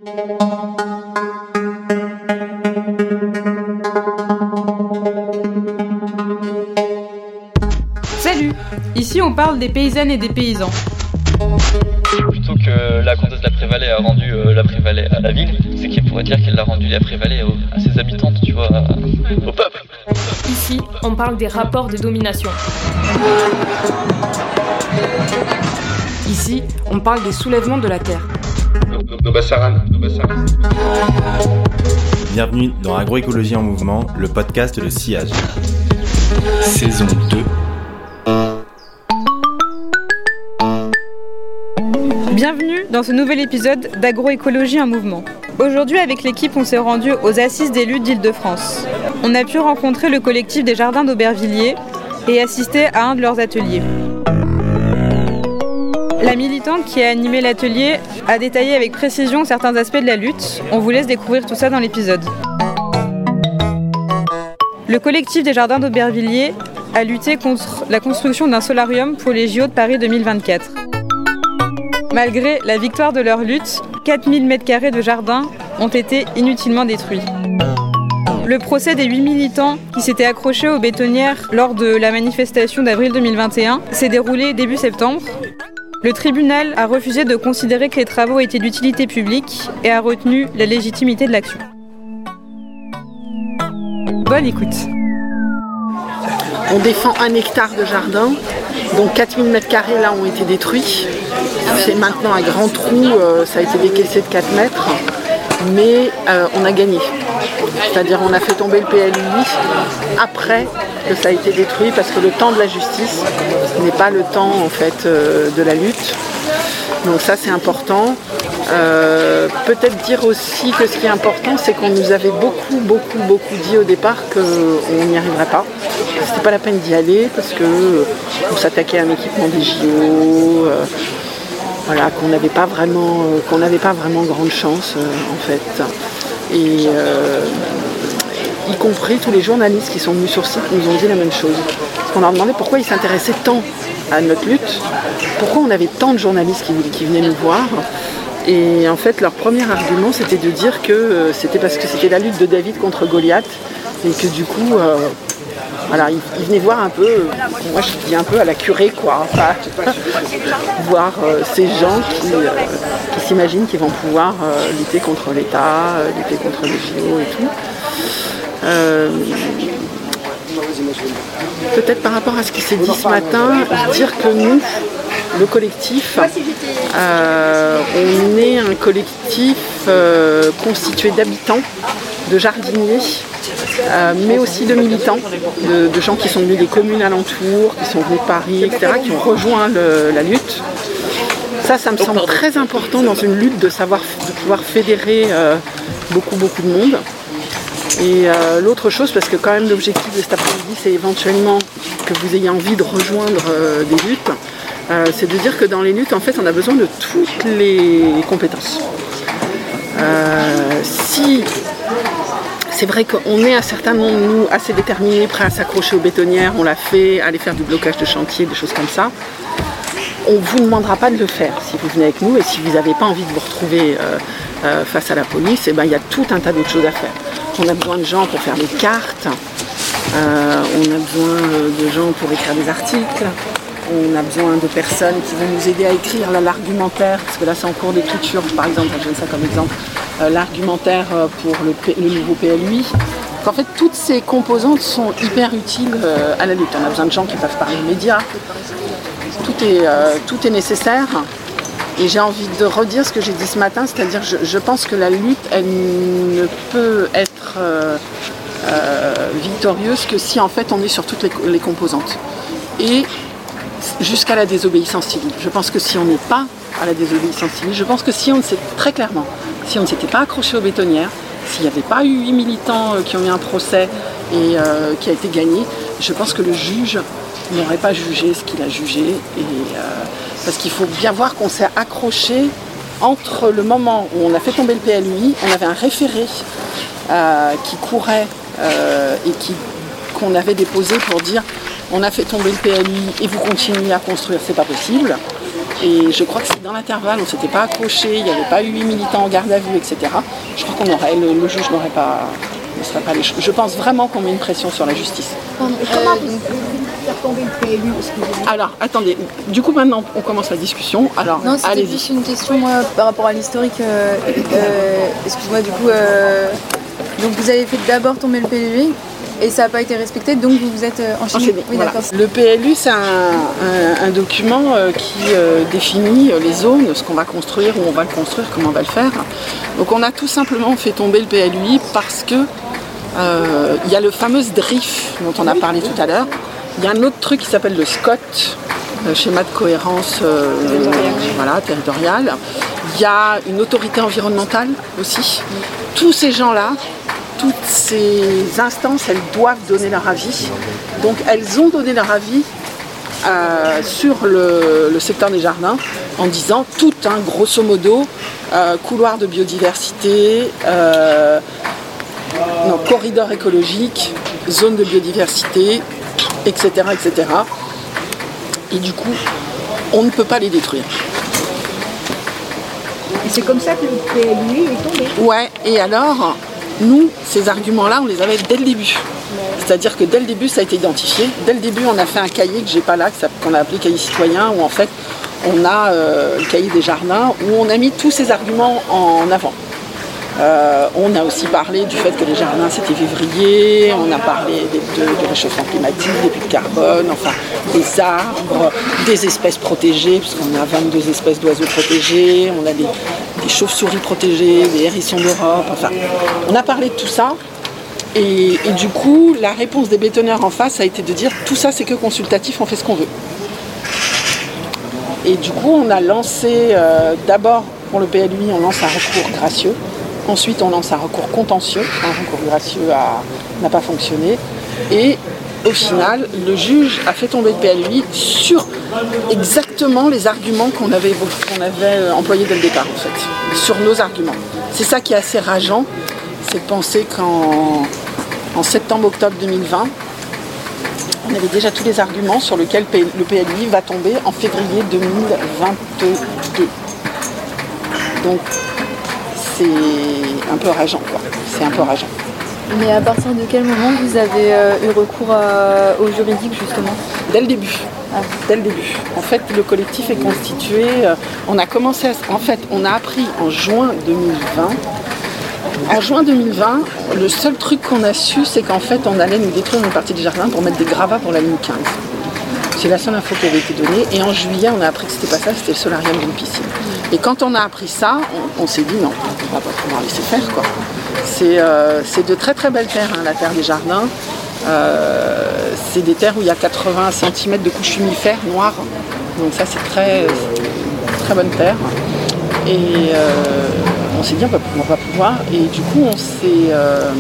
Salut! Ici on parle des paysannes et des paysans. Plutôt que la comtesse de la Prévalée a rendu la Prévalée à la ville, c'est qu'il pourrait dire qu'elle l'a rendu la Prévalée à ses habitantes, tu vois, au peuple. Ici, on parle des rapports de domination. Ici, on parle des soulèvements de la terre. Nobasaran. Bienvenue dans Agroécologie en mouvement, le podcast de Sillage. Saison 2. Bienvenue dans ce nouvel épisode d'Agroécologie en mouvement. Aujourd'hui, avec l'équipe, on s'est rendu aux Assises des luttes d'Île-de-France. On a pu rencontrer le collectif des Jardins d'Aubervilliers et assister à un de leurs ateliers. La militante qui a animé l'atelier a détaillé avec précision certains aspects de la lutte. On vous laisse découvrir tout ça dans l'épisode. Le collectif des Jardins d'Aubervilliers a lutté contre la construction d'un solarium pour les JO de Paris 2024. Malgré la victoire de leur lutte, 4000 m² de jardins ont été inutilement détruits. Le procès des 8 militants qui s'étaient accrochés aux bétonnières lors de la manifestation d'avril 2021 s'est déroulé début septembre. Le tribunal a refusé de considérer que les travaux étaient d'utilité publique et a retenu la légitimité de l'action. Bonne écoute. On défend 1 hectare de jardin, donc 4000 m² là ont été détruits. C'est maintenant un grand trou, ça a été décaissé de 4 mètres, mais on a gagné. C'est-à-dire on a fait tomber le PLUI après que ça a été détruit, parce que le temps de la justice n'est pas le temps en fait de la lutte. Donc ça c'est important. Peut-être dire aussi que ce qui est important, c'est qu'on nous avait beaucoup dit au départ qu'on n'y arriverait pas. C'était pas la peine d'y aller parce qu'on s'attaquait à un équipement des JO, voilà, qu'on n'avait pas vraiment grande chance en fait. Et y compris tous les journalistes qui sont venus sur site nous ont dit la même chose. Parce qu'on leur demandait pourquoi ils s'intéressaient tant à notre lutte, pourquoi on avait tant de journalistes qui venaient nous voir. Et en fait, leur premier argument, c'était de dire que c'était parce que c'était la lutte de David contre Goliath et que du coup, voilà, ils venaient voir un peu, moi je dis un peu à la curée quoi, enfin, voir ces gens qui s'imaginent qu'ils vont pouvoir lutter contre l'État, lutter contre les JO et tout. Peut-être par rapport à ce qui s'est dit ce matin, dire que nous, le collectif, on est un collectif constitué d'habitants, de jardiniers, mais aussi de militants, de gens qui sont venus des communes alentours, qui sont venus de Paris, etc., qui ont rejoint la lutte. Ça me semble très important dans une lutte de pouvoir fédérer beaucoup de monde. Et l'autre chose, parce que quand même l'objectif de cet après-midi, c'est éventuellement que vous ayez envie de rejoindre des luttes, c'est de dire que dans les luttes, en fait, on a besoin de toutes les compétences. Si c'est vrai qu'on est un certain nombre, nous, assez déterminés, prêts à s'accrocher aux bétonnières, on l'a fait, aller faire du blocage de chantier, des choses comme ça, on ne vous demandera pas de le faire si vous venez avec nous, et si vous n'avez pas envie de vous retrouver face à la police, il y a tout un tas d'autres choses à faire. On a besoin de gens pour faire des cartes, on a besoin de gens pour écrire des articles, on a besoin de personnes qui vont nous aider à écrire l'argumentaire, parce que là c'est en cours d'écriture, par exemple, je donne ça comme exemple, l'argumentaire pour le nouveau PLUI. Donc, en fait, toutes ces composantes sont hyper utiles à la lutte. On a besoin de gens qui peuvent parler aux médias, tout est nécessaire. Et j'ai envie de redire ce que j'ai dit ce matin, c'est-à-dire je pense que la lutte, elle ne peut être victorieuse que si en fait on est sur toutes les composantes. Et jusqu'à la désobéissance civile. Je pense que si on n'est pas à la désobéissance civile, je pense que si on ne s'était pas accroché aux bétonnières, s'il n'y avait pas eu 8 militants qui ont eu un procès et qui a été gagné, je pense que le juge n'aurait pas jugé ce qu'il a jugé. Parce qu'il faut bien voir qu'on s'est accroché entre le moment où on a fait tomber le PLUI, on avait un référé qui courait et qu'on avait déposé pour dire on a fait tomber le PLUI et vous continuez à construire, c'est pas possible. Et je crois que c'est dans l'intervalle, on ne s'était pas accroché, il n'y avait pas eu 8 militants en garde à vue, etc. Je crois le juge ne serait pas les choses. Je pense vraiment qu'on met une pression sur la justice. Comment vous faire tomber le PLU? Alors, attendez, du coup maintenant on commence la discussion. Alors, non, c'était allez-y. plus une question moi, par rapport à l'historique. Excuse-moi, du coup, donc vous avez fait d'abord tomber le PLU et ça n'a pas été respecté, donc vous vous êtes enchaîné. Oui, voilà. d'accord. Le PLU, c'est un document qui définit les zones, ce qu'on va construire, où on va le construire, comment on va le faire. Donc on a tout simplement fait tomber le PLUI parce que il y a le fameux DRIF dont on a parlé tout à l'heure. Il y a un autre truc qui s'appelle le SCOT, schéma de cohérence territoriale. Il y a une autorité environnementale aussi. Tous ces gens-là, toutes ces instances, elles doivent donner leur avis. Donc elles ont donné leur avis sur le secteur des jardins en disant tout, grosso modo, couloir de biodiversité, corridor écologique, zone de biodiversité, etc., etc. Et du coup, on ne peut pas les détruire. Et c'est comme ça que le PLU est tombé. Ouais, et alors, nous, ces arguments-là, on les avait dès le début. C'est-à-dire que dès le début, ça a été identifié. Dès le début, on a fait un cahier que j'ai pas là, qu'on a appelé cahier citoyen, où en fait, on a le cahier des jardins, où on a mis tous ces arguments en avant. On a aussi parlé du fait que les jardins c'était vivrier, on a parlé du réchauffement climatique, des puits de carbone, enfin des arbres, des espèces protégées, puisqu'on a 22 espèces d'oiseaux protégés, on a des chauves-souris protégées, des hérissons d'Europe, enfin on a parlé de tout ça. Et du coup, la réponse des bétonneurs en face a été de dire tout ça c'est que consultatif, on fait ce qu'on veut. Et du coup, on a lancé d'abord pour le PLUI, on lance un recours gracieux. Ensuite, on lance un recours contentieux. Un recours gracieux n'a pas fonctionné. Et au final, le juge a fait tomber le PLUI sur exactement les arguments qu'on avait employés dès le départ, en fait. Sur nos arguments. C'est ça qui est assez rageant, c'est de penser qu'en septembre-octobre 2020, on avait déjà tous les arguments sur lesquels le PLUI va tomber en février 2022. Donc, c'est un peu rageant, quoi. C'est un peu rageant. Mais à partir de quel moment vous avez eu recours au juridique, justement? Dès le début. Dès le début. En fait, le collectif est constitué... on a appris en juin 2020. En juin 2020, le seul truc qu'on a su, c'est qu'en fait, on allait nous détruire une partie du jardin pour mettre des gravats pour la ligne 15. C'est la seule info qui avait été donnée. Et en juillet, on a appris que c'était pas ça, c'était le solarium d'une piscine. Et quand on a appris ça, on s'est dit non, on va pas pouvoir laisser faire, quoi. C'est de très très belles terres, la terre des jardins. C'est des terres où il y a 80 cm de couche humifère noire. Donc ça, c'est très bonne terre. Et on s'est dit on va pouvoir. Et du coup, on s'est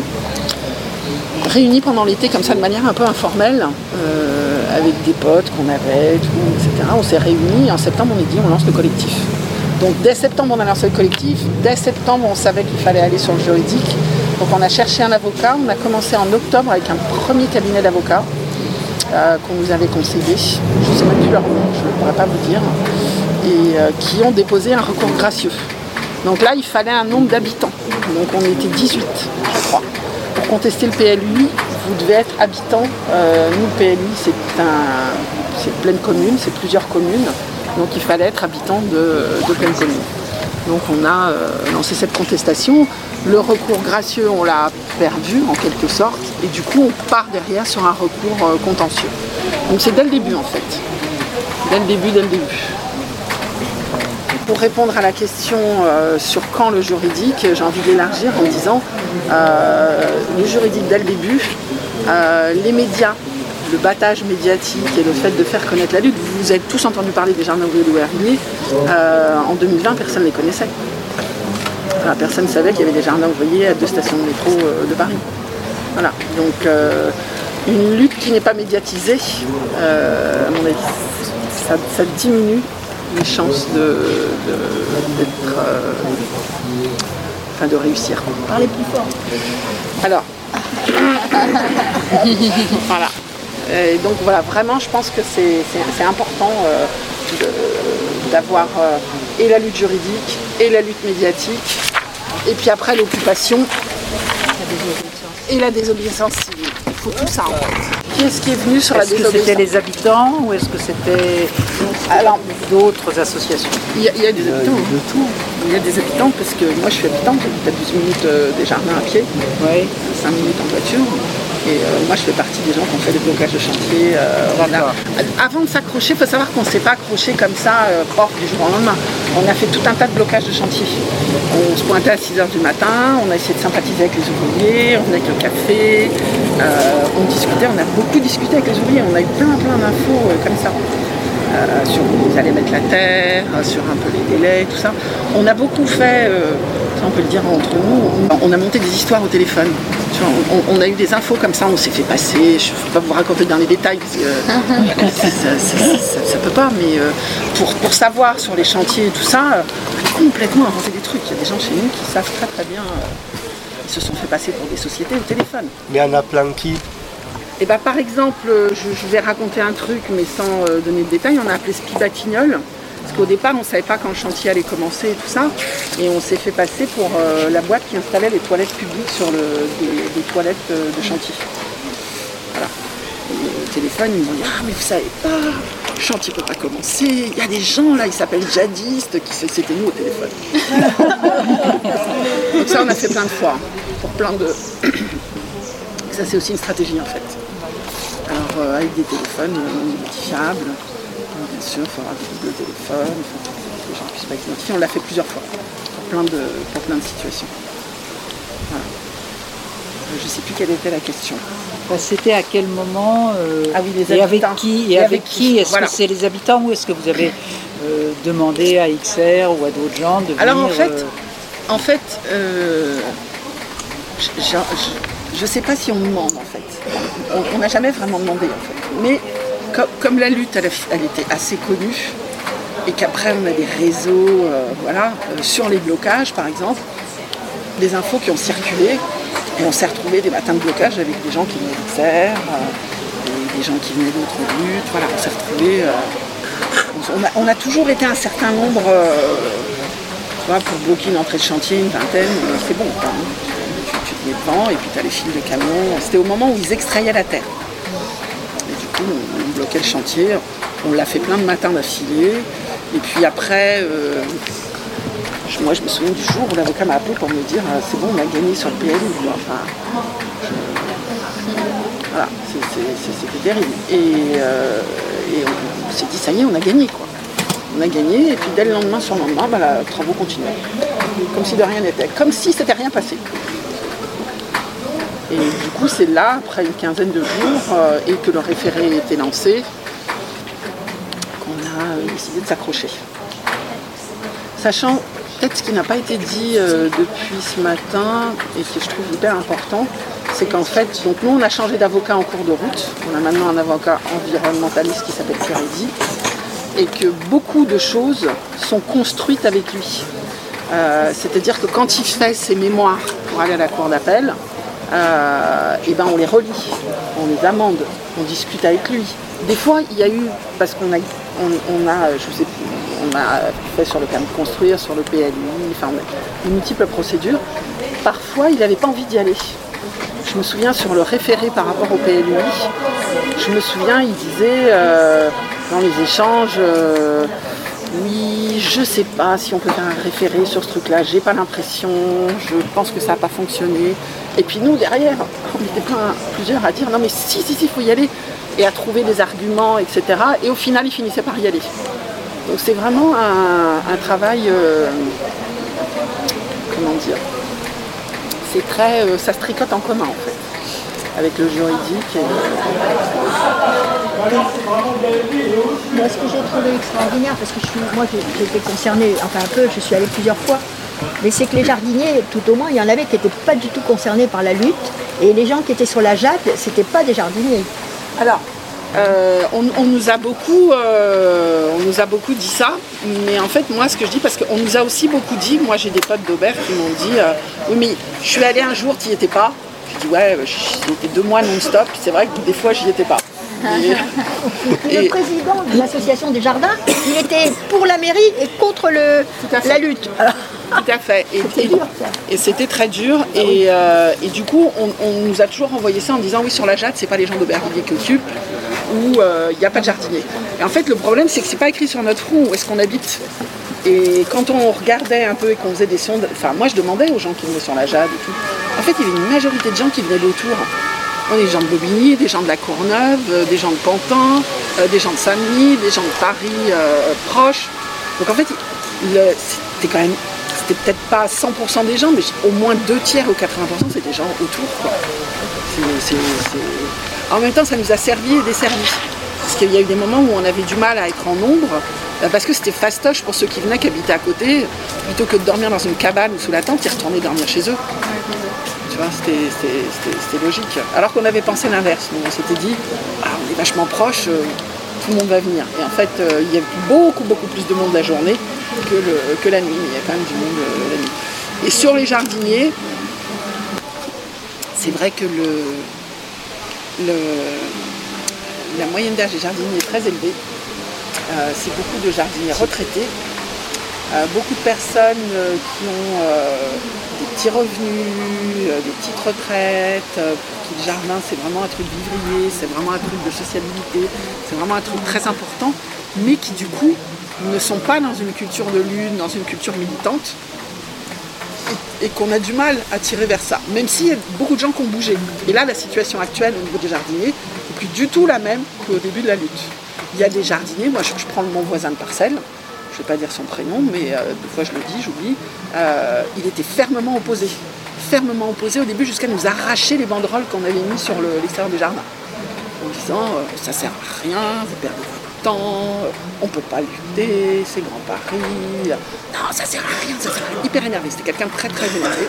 réunis pendant l'été comme ça de manière un peu informelle. Avec des potes qu'on avait, etc. On s'est réunis et en septembre on a dit on lance le collectif. Donc dès septembre on a lancé le collectif, dès septembre on savait qu'il fallait aller sur le juridique. Donc on a cherché un avocat, on a commencé en octobre avec un premier cabinet d'avocats qu'on nous avait conseillé. Je ne sais même plus leur nom, je ne pourrais pas vous dire. Et qui ont déposé un recours gracieux. Donc là il fallait un nombre d'habitants. Donc on était 18 je crois. Pour contester le PLUI, vous devez être habitant. Nous, le PLUI, c'est pleine commune, c'est plusieurs communes. Donc il fallait être habitant de pleine commune. Donc on a lancé cette contestation. Le recours gracieux, on l'a perdu en quelque sorte. Et du coup, on part derrière sur un recours contentieux. Donc c'est dès le début en fait. Dès le début. Pour répondre à la question sur quand le juridique, j'ai envie d'élargir en disant le juridique dès le début, les médias, le battage médiatique et le fait de faire connaître la lutte. Vous avez tous entendu parler des jardins ouvriers d'Aubervilliers. En 2020, personne ne les connaissait. Enfin, personne ne savait qu'il y avait des jardins ouvriers à 2 stations de métro de Paris. Voilà. Donc une lutte qui n'est pas médiatisée, à mon avis, ça diminue les chances de réussir. Parlez plus fort. Alors, voilà. Et donc voilà, vraiment, je pense que c'est important d'avoir et la lutte juridique et la lutte médiatique, et puis après l'occupation et la désobéissance civile. Il faut tout ça en fait. Qui est-ce qui est venu sur la désobéissance? Est-ce que c'était les habitants ou est-ce que c'était d'autres associations? Il y a des habitants, de tout. Il y a des habitants parce que moi je suis habitante, j'habite à 12 minutes des jardins à pied, 5 minutes en voiture. Et moi je fais partie des gens qui ont fait des blocages de chantier. Avant de s'accrocher, il faut savoir qu'on ne s'est pas accroché comme ça du jour au lendemain. On a fait tout un tas de blocages de chantier. On se pointait à 6h du matin, on a essayé de sympathiser avec les ouvriers, on venait avec le café, on discutait, on a beaucoup discuté avec les ouvriers, on a eu plein d'infos comme ça. Sur où ils allaient mettre la terre, sur un peu les délais, tout ça. On a beaucoup fait, ça on peut le dire entre nous, on a monté des histoires au téléphone. Tu vois, on a eu des infos comme ça, on s'est fait passer, je ne vais pas vous raconter dans les détails, parce que ça peut pas, mais pour savoir sur les chantiers et tout ça, complètement inventer des trucs. Il y a des gens chez nous qui savent très bien, ils se sont fait passer pour des sociétés au téléphone. Mais il y en a plein qui... Et bah, par exemple, je vais raconter un truc, mais sans donner de détails, on a appelé Spi Batignolles, parce qu'au départ, on ne savait pas quand le chantier allait commencer et tout ça, et on s'est fait passer pour la boîte qui installait les toilettes publiques sur des toilettes de chantier. Voilà. Et au téléphone, ils m'ont dit « Ah, mais vous savez pas, le chantier ne peut pas commencer, il y a des gens là, ils s'appellent djihadistes, c'était nous au téléphone. » Donc ça, on a fait plein de fois, pour plein de... Ça, c'est aussi une stratégie en fait. Alors, avec des téléphones non identifiables, bien sûr, il faut avoir des doubles téléphones, il faut que les gens ne puissent pas être identifiés. On l'a fait plusieurs fois, pour plein de situations. Voilà. Je ne sais plus quelle était la question. C'était à quel moment les et avec qui? Est-ce que c'est les habitants ou est-ce que vous avez demandé à XR ou à d'autres gens de venir? Alors en fait, je ne sais pas si on demande en fait. On n'a jamais vraiment demandé en fait. Mais comme la lutte elle était assez connue et qu'après on a des réseaux sur les blocages par exemple, des infos qui ont circulé et on s'est retrouvés des matins de blocage avec des gens qui venaient d'XR, des gens qui venaient d'autres luttes. Voilà, on s'est retrouvés. On a toujours été un certain nombre pour bloquer une entrée de chantier, une vingtaine, c'est bon quoi, hein. Tu te mets devant et puis tu as les fils de camions. C'était au moment où ils extrayaient la terre. Et du coup, on bloquait le chantier. On l'a fait plein de matins d'affilée. Et puis après, moi je me souviens du jour où l'avocat m'a appelé pour me dire c'est bon, on a gagné sur le PLU. Enfin, voilà, c'était terrible. Et on s'est dit ça y est, on a gagné quoi. On a gagné et puis dès le lendemain sur le lendemain, les travaux continuaient. Comme si de rien n'était, comme si c'était rien passé. Et du coup, c'est là, après une quinzaine de jours, et que le référé était lancé, qu'on a décidé de s'accrocher. Sachant, peut-être ce qui n'a pas été dit depuis ce matin, et que je trouve hyper important, c'est qu'en fait, donc nous on a changé d'avocat en cours de route. On a maintenant un avocat environnementaliste qui s'appelle Pierre-Eddy, et que beaucoup de choses sont construites avec lui. C'est-à-dire que quand il fait ses mémoires pour aller à la cour d'appel, on les relit, on les amende, on discute avec lui. Des fois, il y a eu, parce qu'on a fait sur le permis de construire, sur le PLU, enfin, on a de multiples procédures. Parfois, il n'avait pas envie d'y aller. Je me souviens sur le référé par rapport au PLU, il disait dans les échanges, oui, je sais pas si on peut faire un référé sur ce truc-là, j'ai pas l'impression, je pense que ça n'a pas fonctionné. Et puis nous, derrière, on était plusieurs à dire, non mais si, il faut y aller, et à trouver des arguments, etc. Et au final, il finissait par y aller. Donc c'est vraiment un travail, comment dire, c'est très, ça se tricote en commun en fait, avec le juridique. Moi, ce que j'ai trouvé extraordinaire, parce que moi j'ai été concernée, enfin un peu, je suis allée plusieurs fois, mais c'est que les jardiniers, tout au moins, il y en avait qui n'étaient pas du tout concernés par la lutte, et les gens qui étaient sur la JAD, c'était pas des jardiniers. Alors, on nous a beaucoup dit ça, mais en fait moi ce que je dis, parce qu'on nous a aussi beaucoup dit, moi j'ai des potes d'Aubert qui m'ont dit oui mais je suis allée un jour, t'y étais pas. Je dis ouais, j'y étais 2 mois non-stop, c'est vrai que des fois j'y étais pas. Le président de l'association des jardins, il était pour la mairie et contre la lutte. Alors, tout à fait. Et c'était très dur. Et du coup, on nous a toujours envoyé ça en disant oui, sur la Jade, c'est pas les gens d'Aubervilliers qui occupent, ou il n'y a pas de jardinier. Et en fait, le problème, c'est que c'est pas écrit sur notre front où est-ce qu'on habite. Et quand on regardait un peu et qu'on faisait des sondes, enfin moi je demandais aux gens qui venaient sur la Jade et tout. En fait, il y avait une majorité de gens qui venaient d'autour. Des gens de Bobigny, des gens de la Courneuve, des gens de Pantin, des gens de Saint-Denis, des gens de Paris proches. Donc en fait, c'était peut-être pas 100% des gens, mais au moins 2/3 ou 80% c'est des gens autour, quoi. En même temps, ça nous a servi et desservi. Parce qu'il y a eu des moments où on avait du mal à être en nombre, parce que c'était fastoche pour ceux qui venaient, qui habitaient à côté. Plutôt que de dormir dans une cabane ou sous la tente, ils retournaient dormir chez eux. Tu vois, c'était logique. Alors qu'on avait pensé l'inverse. On s'était dit, on est vachement proches, tout le monde va venir. Et en fait, il y a beaucoup plus de monde la journée que la nuit. Mais il y a quand même du monde la nuit. Et sur les jardiniers, c'est vrai que la moyenne d'âge des jardiniers est très élevée. C'est beaucoup de jardiniers retraités. Beaucoup de personnes qui ont des petits revenus, des petites retraites, pour qui le jardin c'est vraiment un truc vivrier, c'est vraiment un truc de sociabilité, c'est vraiment un truc très important, mais qui du coup ne sont pas dans une culture de lutte, dans une culture militante, et qu'on a du mal à tirer vers ça, même s'il y a beaucoup de gens qui ont bougé. Et là, la situation actuelle au niveau des jardiniers n'est plus du tout la même qu'au début de la lutte. Il y a des jardiniers, moi je prends mon voisin de parcelle, je ne vais pas dire son prénom, mais des fois je le dis, j'oublie, il était fermement opposé au début, jusqu'à nous arracher les banderoles qu'on avait mis sur l'extérieur du jardin, en disant ça sert à rien, vous perdez votre temps, on ne peut pas lutter, c'est Grand Paris, non ça sert à rien, hyper énervé, c'était quelqu'un de très très énervé.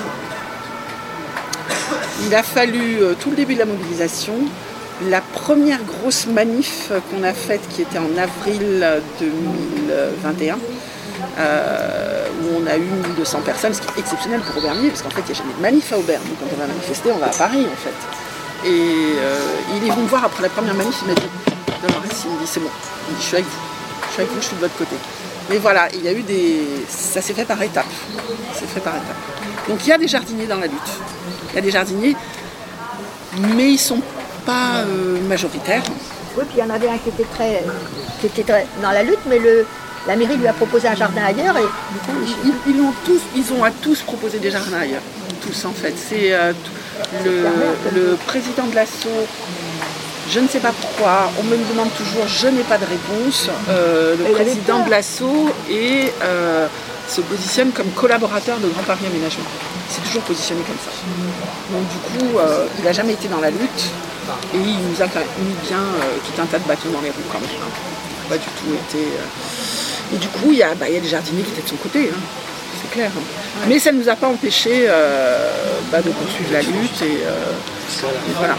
Il a fallu tout le début de la mobilisation. La première grosse manif qu'on a faite, qui était en avril 2021, où on a eu 1200 personnes, ce qui est exceptionnel pour Aubervilliers, parce qu'en fait, il n'y a jamais de manif à Aubervilliers. Quand on va manifester, on va à Paris, en fait. Et il est venu me voir après la première manif, il m'a dit, Dolores, il me dit, c'est bon, il me dit, je suis avec vous, je suis de votre côté. Mais voilà, il y a eu ça s'est fait par étapes. Donc il y a des jardiniers dans la lutte. Il y a des jardiniers, mais ils sont pas majoritaire. Oui, puis il y en avait un qui était très dans la lutte, mais la mairie lui a proposé un jardin ailleurs et du coup ils ont à tous proposé des jardins ailleurs. Tous en fait. C'est le président de l'asso, je ne sais pas pourquoi, on me demande toujours, je n'ai pas de réponse. Le président de l'asso se positionne comme collaborateur de Grand Paris Aménagement. Il s'est toujours positionné comme ça. Donc du coup, il n'a jamais été dans la lutte. Et il nous a mis bien tout un tas de bâtons dans les roues quand même. Il n'a pas du tout été... Et du coup, il y a des jardiniers qui étaient de son côté, hein. C'est clair. Hein. Ouais. Mais ça ne nous a pas empêché de poursuivre la lutte. Et voilà.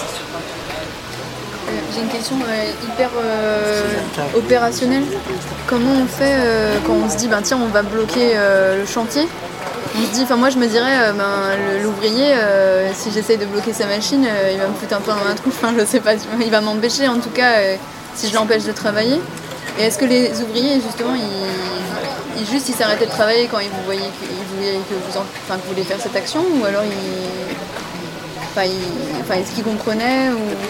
J'ai une question hyper opérationnelle. Comment on fait quand on se dit, tiens, on va bloquer le chantier ? On se dit, moi je me dirais, l'ouvrier, si j'essaye de bloquer sa machine, il va me foutre un peu dans un trou, je sais pas, il va m'empêcher en tout cas si je l'empêche de travailler. Et est-ce que les ouvriers justement, ils s'arrêtaient de travailler quand ils vous voyaient que vous voulez faire cette action, ou alors est-ce qu'ils comprenaient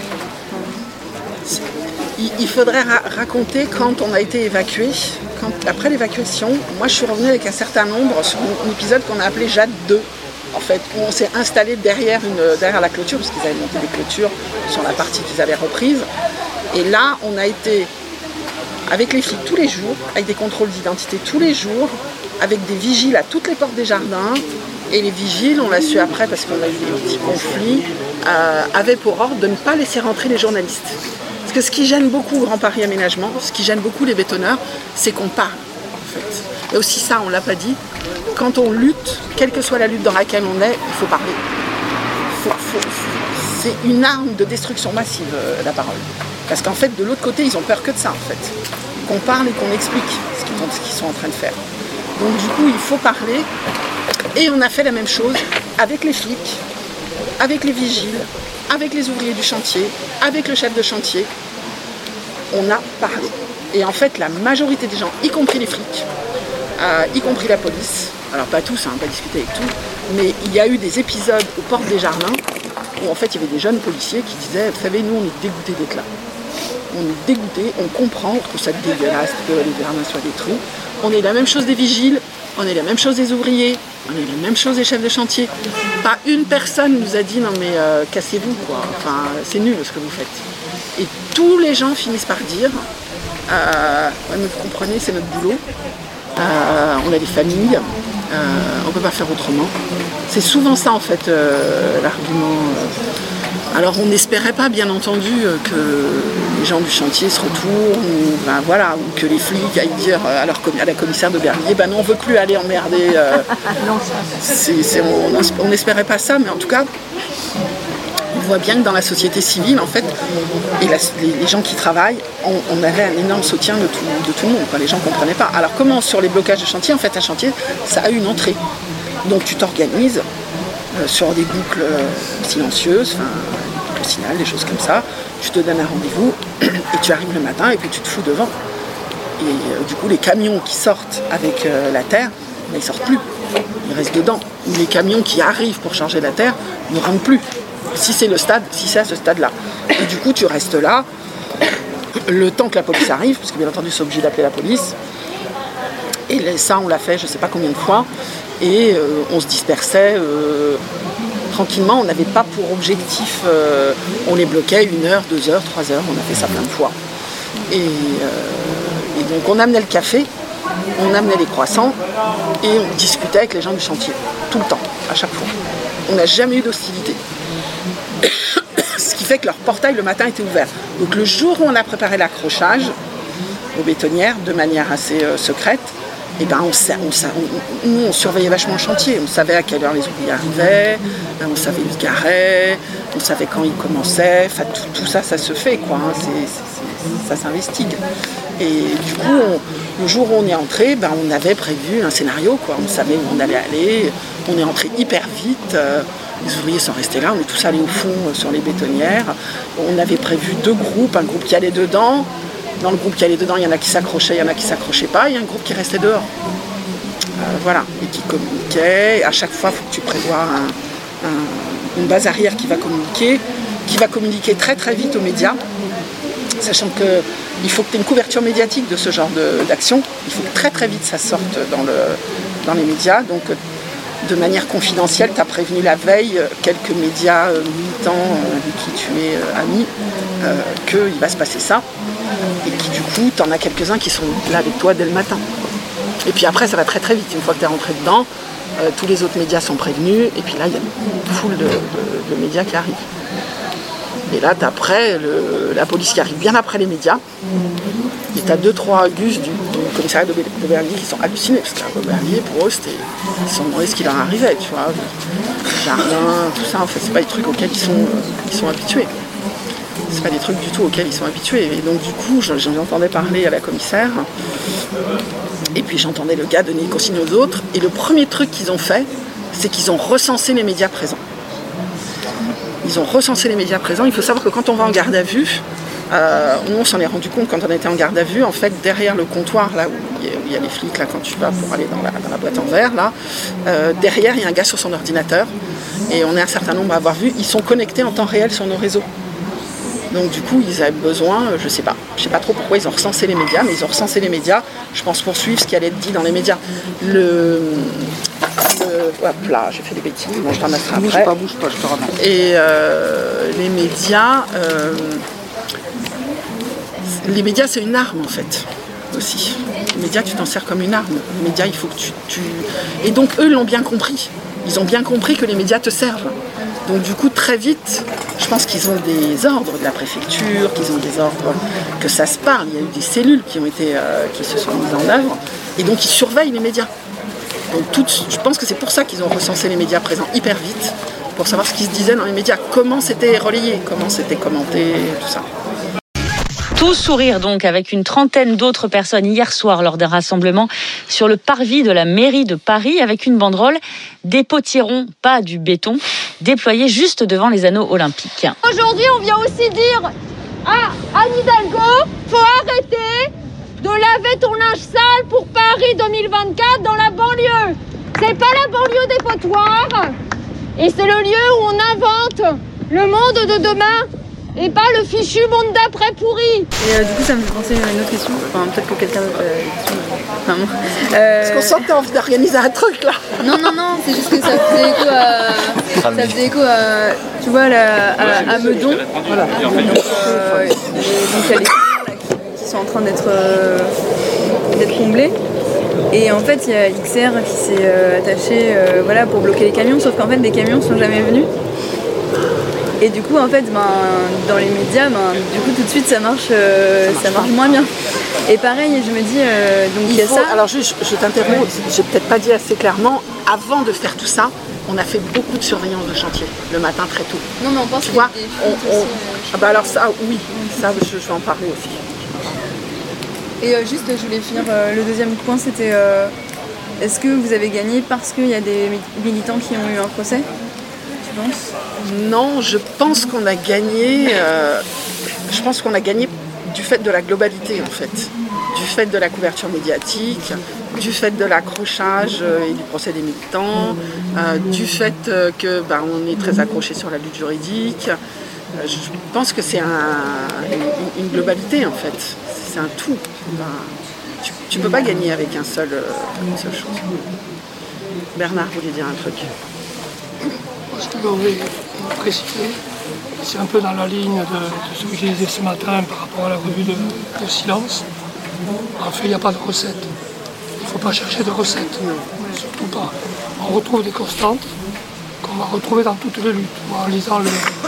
Il faudrait raconter quand on a été évacué. Après l'évacuation, moi je suis revenue avec un certain nombre sur un épisode qu'on a appelé Jade 2. En fait, où on s'est installé derrière la clôture, parce qu'ils avaient monté des clôtures sur la partie qu'ils avaient reprise. Et là, on a été avec les flics tous les jours, avec des contrôles d'identité tous les jours, avec des vigiles à toutes les portes des jardins. Et les vigiles, on l'a su après parce qu'on a eu des petits conflits, avaient pour ordre de ne pas laisser rentrer les journalistes. Parce que ce qui gêne beaucoup Grand Paris Aménagement, ce qui gêne beaucoup les bétonneurs, c'est qu'on parle, en fait. Et aussi ça, on ne l'a pas dit, quand on lutte, quelle que soit la lutte dans laquelle on est, il faut parler. C'est une arme de destruction massive, la parole. Parce qu'en fait, de l'autre côté, ils ont peur que de ça, en fait. Qu'on parle et qu'on explique ce qu'ils sont en train de faire. Donc du coup, il faut parler. Et on a fait la même chose avec les flics, avec les vigiles, avec les ouvriers du chantier, avec le chef de chantier. on a parlé. Et en fait, la majorité des gens, y compris les flics, y compris la police, alors pas tous, pas discuter avec tout, mais il y a eu des épisodes aux portes des jardins où en fait il y avait des jeunes policiers qui disaient, vous savez, nous on est dégoûtés d'être là. On est dégoûtés, on comprend que ça dégueulasse, que les jardins soient détruits. On est la même chose des vigiles, on est la même chose des ouvriers, on est la même chose des chefs de chantier. Pas une personne nous a dit non mais cassez-vous quoi, enfin c'est nul ce que vous faites. Et tous les gens finissent par dire ouais, mais vous comprenez, c'est notre boulot, on a des familles, on ne peut pas faire autrement. C'est souvent ça en fait l'argument. Alors on n'espérait pas bien entendu que les gens du chantier se retournent ou que les flics aillent dire à la commissaire d'Aubervilliers non on ne veut plus aller emmerder. On n'espérait pas ça, mais en tout cas on voit bien que dans la société civile en fait et les gens qui travaillent on avait un énorme soutien de tout le monde, quoi. Les gens ne comprenaient pas. Alors comment sur les blocages de chantier, en fait un chantier ça a une entrée, donc tu t'organises sur des boucles silencieuses, des boucles signal, des choses comme ça. Tu te donnes un rendez-vous et tu arrives le matin et puis tu te fous devant. Et du coup, les camions qui sortent avec la terre, ils ne sortent plus. Ils restent dedans. Les camions qui arrivent pour charger la terre ne rentrent plus. Si c'est à ce stade-là. Et du coup, tu restes là le temps que la police arrive, parce que bien entendu, c'est obligé d'appeler la police. Et ça, on l'a fait je ne sais pas combien de fois. Et on se dispersait tranquillement, on n'avait pas pour objectif, on les bloquait 1 heure, 2 heures, 3 heures, on a fait ça plein de fois. Et donc on amenait le café, on amenait les croissants et on discutait avec les gens du chantier, tout le temps, à chaque fois. On n'a jamais eu d'hostilité. Ce qui fait que leur portail le matin était ouvert. Donc le jour où on a préparé l'accrochage aux bétonnières de manière assez secrète, et on surveillait vachement le chantier, on savait à quelle heure les ouvriers arrivaient, on savait où ils se garaient, on savait quand ils commençaient, tout ça, ça se fait quoi, ça s'investigue. Et du coup, le jour où on est entré, on avait prévu un scénario, quoi. On savait où on allait aller, on est entré hyper vite, les ouvriers sont restés là, on est tous allés au fond sur les bétonnières, on avait prévu 2 groupes, un groupe qui allait dedans. Dans le groupe qui allait dedans, il y en a qui s'accrochaient, il y en a qui ne s'accrochaient pas, il y a un groupe qui restait dehors. Et qui communiquait. À chaque fois, il faut que tu prévois une base arrière qui va communiquer très très vite aux médias, sachant qu'il faut que tu aies une couverture médiatique de ce genre d'action. Il faut que très très vite ça sorte dans les médias. Donc, de manière confidentielle, tu as prévenu la veille quelques médias militants avec qui tu es ami qu'il va se passer ça. Et qui du coup, tu en as quelques-uns qui sont là avec toi dès le matin. Et puis après, ça va très très vite. Une fois que tu es rentré dedans, tous les autres médias sont prévenus. Et puis là, il y a une foule de médias qui arrivent. Et là, tu as après la police qui arrive bien après les médias. Et tu as 2-3 gus du commissariat d'Aubervilliers qui sont hallucinés. Parce qu'à Aubervilliers, pour eux, ils se sont demandé ce qui leur arrivait. Tu vois, le jardin, tout ça. En fait, c'est pas des trucs auxquels ils sont habitués. C'est pas des trucs du tout auxquels ils sont habitués. Et donc du coup, j'entendais parler à la commissaire, et puis j'entendais le gars donner les consignes aux autres, et le premier truc qu'ils ont fait, c'est qu'ils ont recensé les médias présents. Ils ont recensé les médias présents. Il faut savoir que quand on va en garde à vue, on s'en est rendu compte quand on était en garde à vue, en fait, derrière le comptoir, là où il y a les flics, là, quand tu vas pour aller dans la boîte en verre, là, derrière, il y a un gars sur son ordinateur, et on est un certain nombre à avoir vu, ils sont connectés en temps réel sur nos réseaux. Donc du coup, ils avaient besoin, je sais pas trop pourquoi ils ont recensé les médias, mais ils ont recensé les médias, je pense pour suivre ce qui allait être dit dans les médias. Hop là, j'ai fait des bêtises, bon, je t'en mettrai après. Bouge pas, je te ramène. Et les médias, c'est une arme en fait, aussi. Les médias, tu t'en sers comme une arme. Les médias, il faut que tu... Et donc eux l'ont bien compris. Ils ont bien compris que les médias te servent. Donc du coup, très vite, je pense qu'ils ont des ordres de la préfecture, qu'ils ont des ordres que ça se parle. Il y a eu des cellules qui se sont mises en œuvre, et donc ils surveillent les médias. Donc je pense que c'est pour ça qu'ils ont recensé les médias présents hyper vite, pour savoir ce qui se disait dans les médias, comment c'était relayé, comment c'était commenté, tout ça. Tout sourire donc avec une trentaine d'autres personnes hier soir lors d'un rassemblement sur le parvis de la mairie de Paris avec une banderole « Dépotirons pas du béton » déployée juste devant les anneaux olympiques. Aujourd'hui, on vient aussi dire Ah, Anne Hidalgo, faut arrêter de laver ton linge sale pour Paris 2024 dans la banlieue. C'est pas la banlieue des potoirs. Et c'est le lieu où on invente le monde de demain et pas le fichu monde d'après pourri. Et du coup, ça me fait penser à une autre question. Enfin, peut-être que quelqu'un d'autre a une question. Enfin, moi. Parce qu'on sentait envie d'organiser un truc là. Non, c'est juste que ça faisait écho à tu vois, à Meudon. Voilà. Donc, il y a les camions qui sont en train d'être comblés. Et en fait, il y a XR qui s'est attaché pour bloquer les camions, sauf qu'en fait, les camions sont jamais venus. Et du coup, en fait, dans les médias, du coup, tout de suite, ça marche moins bien. Et pareil, je me dis, donc il y a ça. Alors, je t'interromps, j'ai peut-être pas dit assez clairement, avant de faire tout ça, on a fait beaucoup de surveillance de chantier, le matin très tôt. Non, mais on pense tu vois, alors ça, oui, ça, je vais en parler aussi. Et juste, je voulais finir, le deuxième point, c'était est-ce que vous avez gagné parce qu'il y a des militants qui ont eu un procès ? Tu penses ? Non, je pense qu'on a gagné. Je pense qu'on a gagné du fait de la globalité, en fait, du fait de la couverture médiatique, du fait de l'accrochage et du procès des militants, du fait que on est très accroché sur la lutte juridique. Je pense que c'est une globalité, en fait. C'est un tout. Tu peux pas gagner avec une seule chose. Bernard voulait dire un truc. Ce que j'aurais précisé, c'est un peu dans la ligne de ce que j'ai dit ce matin par rapport à la revue de Silence. En fait, il n'y a pas de recette. Il ne faut pas chercher de recettes, surtout pas. On retrouve des constantes qu'on va retrouver dans toutes les luttes. Moi, en lisant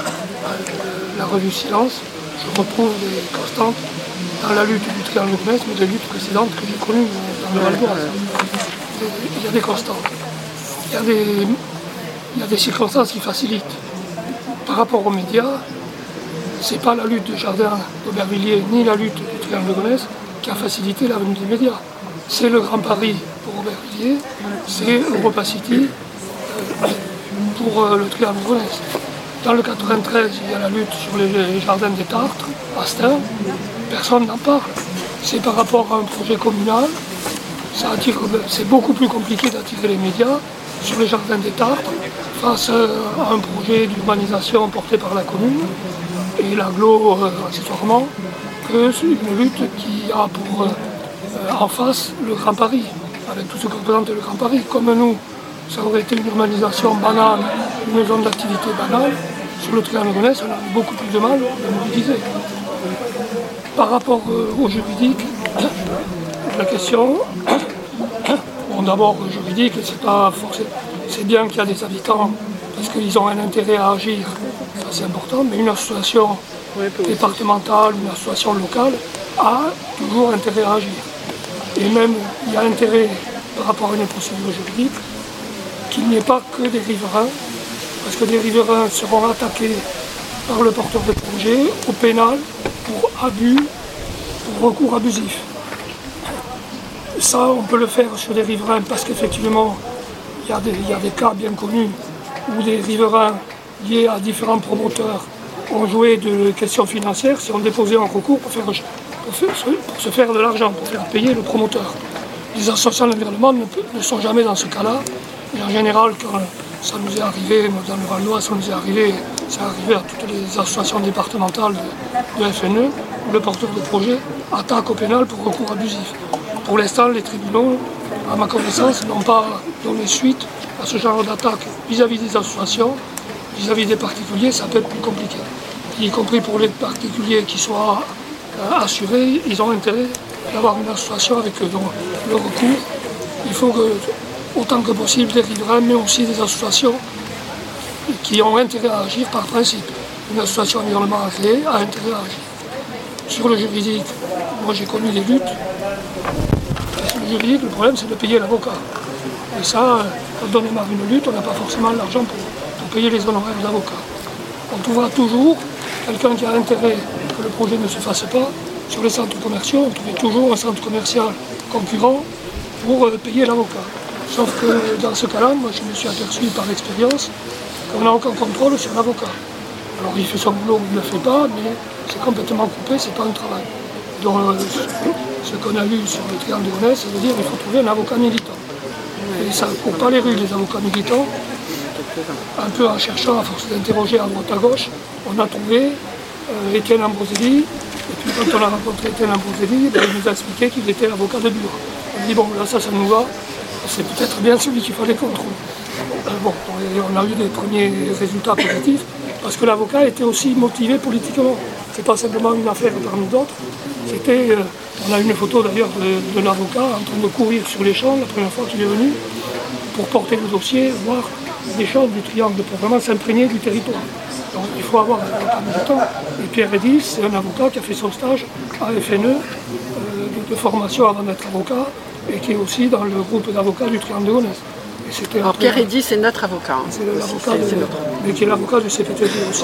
la revue Silence, je retrouve des constantes dans la lutte du triangle de Metz, mais des luttes précédentes que j'ai connues dans le Val d'Oise. Il y a des constantes. Il y a des circonstances qui facilitent. Par rapport aux médias, ce n'est pas la lutte de Jardin d'Aubervilliers ni la lutte du triangle de Metz qui a facilité la venue des médias. C'est le Grand Paris pour Aubervilliers, c'est Europa City pour le triangle de Metz. Dans le 93, il y a la lutte sur les jardins des Tartres, à Stein. Personne n'en parle. C'est par rapport à un projet communal. C'est beaucoup plus compliqué d'attirer les médias sur les jardins des Tartres face à un projet d'urbanisation porté par la commune et l'agglo accessoirement que c'est une lutte qui a pour en face le Grand Paris, avec tout ce que représente le Grand Paris. Comme nous, ça aurait été une urbanisation banale, une zone d'activité banale. Sur le triangle de Metz, on a eu beaucoup plus de mal à mobiliser. Par rapport au juridique, la question, bon, d'abord juridique, c'est pas forcément. C'est bien qu'il y a des habitants parce qu'ils ont un intérêt à agir, ça c'est important, mais une association départementale, une association locale a toujours intérêt à agir. Et même il y a intérêt par rapport à une procédure juridique qu'il n'y ait pas que des riverains, parce que des riverains seront attaqués par le porteur de projet au pénal pour abus, pour recours abusif. Ça, on peut le faire sur des riverains parce qu'effectivement, il y a des cas bien connus où des riverains liés à différents promoteurs ont joué de questions financières, si on déposait un recours pour se faire de l'argent, pour faire payer le promoteur. Les associations d'environnement ne sont jamais dans ce cas-là. Et en général, quand ça nous est arrivé, dans le Val d'Oise, ça nous est arrivé à toutes les associations départementales de FNE, où le porteur de projet attaque au pénal pour recours abusif. Pour l'instant, les tribunaux, à ma connaissance, n'ont pas donné suite à ce genre d'attaque vis-à-vis des associations, vis-à-vis des particuliers, ça peut être plus compliqué. Y compris pour les particuliers qui soient assurés, ils ont intérêt d'avoir une association avec le recours. Il faut que, autant que possible, des riverains, mais aussi des associations qui ont intérêt à agir par principe. Une association environnement agréée a intérêt à agir. Sur le juridique, moi j'ai connu des luttes. Sur le juridique, le problème c'est de payer l'avocat. Et ça, quand on démarre une lutte, on n'a pas forcément l'argent pour payer les honoraires d'avocat. On trouvera toujours quelqu'un qui a intérêt que le projet ne se fasse pas. Sur les centres commerciaux, on trouvait toujours un centre commercial concurrent pour payer l'avocat. Sauf que dans ce cas-là, moi je me suis aperçu par l'expérience qu'on n'a aucun contrôle sur l'avocat. Alors il fait son boulot, il ne le fait pas, mais c'est complètement coupé, c'est pas un travail. Donc ce qu'on a vu sur le triangle de Gonesse, c'est de dire qu'il faut trouver un avocat militant. Et ça ne court pas les rues, les avocats militants. Un peu en cherchant, à force d'interroger à droite à gauche, on a trouvé Étienne Ambroselli. Et puis quand on a rencontré Étienne Ambroselli, il nous a expliqué qu'il était avocat de bureau. On a dit bon, là ça nous va, c'est peut-être bien celui qu'il fallait qu'on trouve. Bon, on a eu des premiers résultats positifs, parce que l'avocat était aussi motivé politiquement. C'est pas simplement une affaire parmi d'autres. C'était, on a une photo d'ailleurs de l'avocat en train de courir sur les champs la première fois qu'il est venu, pour porter le dossier, voir les champs du triangle, pour vraiment s'imprégner du territoire. Donc il faut avoir un avocat militant. Et Pierre Edis, c'est un avocat qui a fait son stage à FNE de formation avant d'être avocat, et qui est aussi dans le groupe d'avocats du triangle de Gonesse. Alors Pierre Edis, c'est notre avocat. Hein. C'est l'avocat, mais qui est l'avocat du CPTD aussi.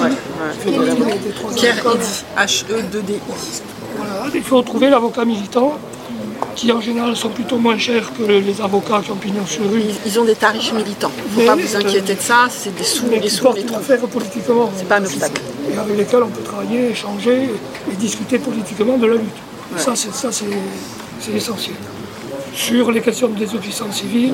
Pierre Edis, H-E-2-D-I. Voilà, il faut trouver l'avocat militant, qui en général sont plutôt moins chers que les avocats qui ont pignon sur rue. Ils ont des tarifs militants. Il ne faut pas vous inquiéter de ça, c'est des sous, les sous, les trous. Faire politiquement. C'est pas un obstacle. Et avec lesquels on peut travailler, échanger et discuter politiquement de la lutte. Ouais. Ça, c'est essentiel. Sur les questions de désobéissance civile,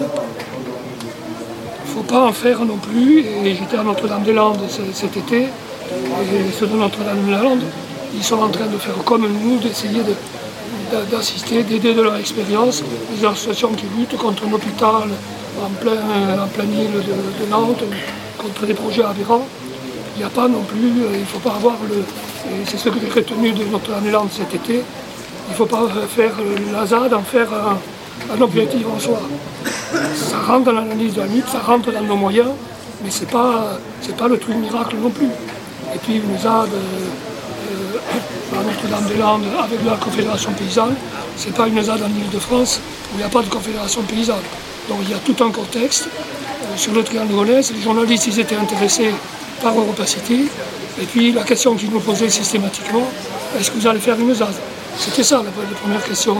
il ne faut pas en faire non plus. Et j'étais à Notre-Dame-des-Landes cet été, et ceux de Notre-Dame-des-Landes, ils sont en train de faire comme nous, d'essayer d'assister, d'aider de leur expérience les associations qui luttent contre un hôpital en pleine île de Nantes, contre des projets aberrants. Il n'y a pas non plus, il ne faut pas avoir et c'est ce que j'ai retenu de Notre-Dame-des-Landes cet été, il ne faut pas faire la ZAD, en faire un objectif en soi. Ça rentre dans l'analyse de la lutte, ça rentre dans nos moyens, mais c'est pas le truc miracle non plus. Et puis une ZAD à Notre-Dame-des-Landes avec la Confédération paysanne, c'est pas une ZAD en Ile-de-France où il n'y a pas de Confédération paysanne. Donc il y a tout un contexte. Sur le triangle de Gonesse, les journalistes ils étaient intéressés par EuropaCity, et puis la question qu'ils nous posaient systématiquement, est-ce que vous allez faire une ZAD? C'était ça la première question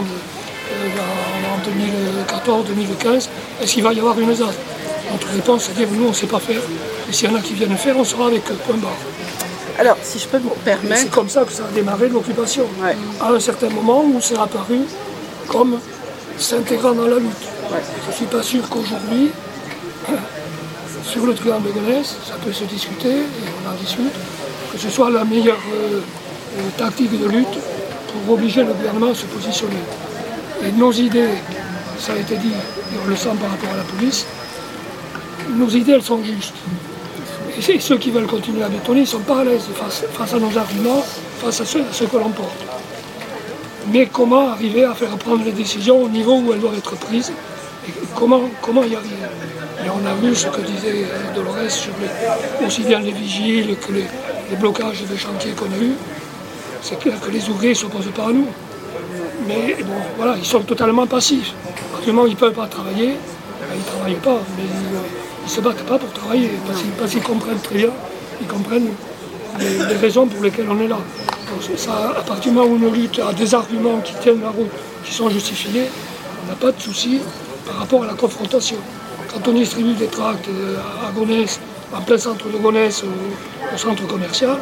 en 2014-2015, est-ce qu'il va y avoir une ZAD? Notre réponse c'est dire nous on ne sait pas faire, et s'il y en a qui viennent faire, on sera avec eux, point barre. Alors, si je peux me permettre... C'est comme ça que ça a démarré l'occupation. Ouais. À un certain moment où c'est apparu comme s'intégrant dans la lutte. Ouais. Je ne suis pas sûr qu'aujourd'hui, sur le triangle de Gonesse, ça peut se discuter, et on en discute, que ce soit la meilleure tactique de lutte pour obliger le gouvernement à se positionner. Et nos idées, ça a été dit, et on le sent par rapport à la police, nos idées, elles sont justes. Et ceux qui veulent continuer à bétonner, ils ne sont pas à l'aise face à nos arguments, face à ce que l'on porte. Mais comment arriver à faire prendre les décisions au niveau où elles doivent être prises, et comment y arriver? Et on a vu ce que disait Dolores sur aussi bien les vigiles que les blocages de chantiers qu'on a eus. C'est clair que les ouvriers ne s'opposent pas à nous. Mais bon, voilà, ils sont totalement passifs. Actuellement, ils ne peuvent pas travailler, ils ne travaillent pas, mais ils ne se battent pas pour travailler, parce qu'ils comprennent très bien, ils comprennent les raisons pour lesquelles on est là. Donc ça, à partir du moment où une lutte a des arguments qui tiennent la route, qui sont justifiés, on n'a pas de souci par rapport à la confrontation. Quand on distribue des tracts à Gonesse, en plein centre de Gonesse, au centre commercial,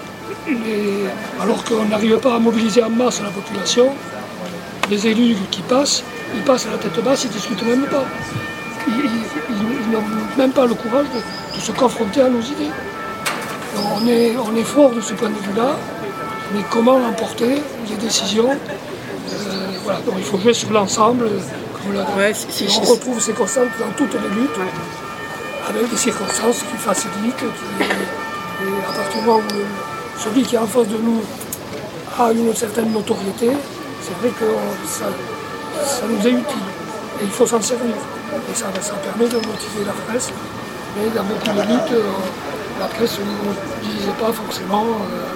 alors qu'on n'arrive pas à mobiliser en masse la population, les élus qui passent, ils passent à la tête basse, ils ne discutent même pas. Ils n'ont même pas le courage de se confronter à nos idées. Donc on est fort de ce point de vue-là, mais comment emporter les décisions voilà. Donc il faut jouer sur l'ensemble. On retrouve ces constantes dans toutes les luttes, avec des circonstances qui facilitent, et à partir du moment où celui qui est en face de nous a une certaine notoriété, c'est vrai que ça nous est utile, et il faut s'en servir. Et ça permet de motiver la presse, mais dans beaucoup de luttes, la presse ne disait pas forcément...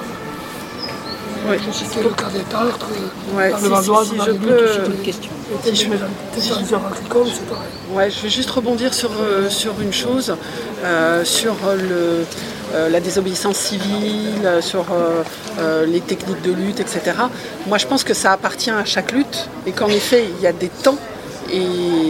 Je citais le cas des Tartres, dans le Val d'Oise, on a des luttes sur les questions. Et les méthaniseurs agricoles, c'est pareil. Ouais, je vais juste rebondir sur une chose, sur la désobéissance civile, sur les techniques de lutte, etc. Moi, je pense que ça appartient à chaque lutte, et qu'en effet, il y a des temps,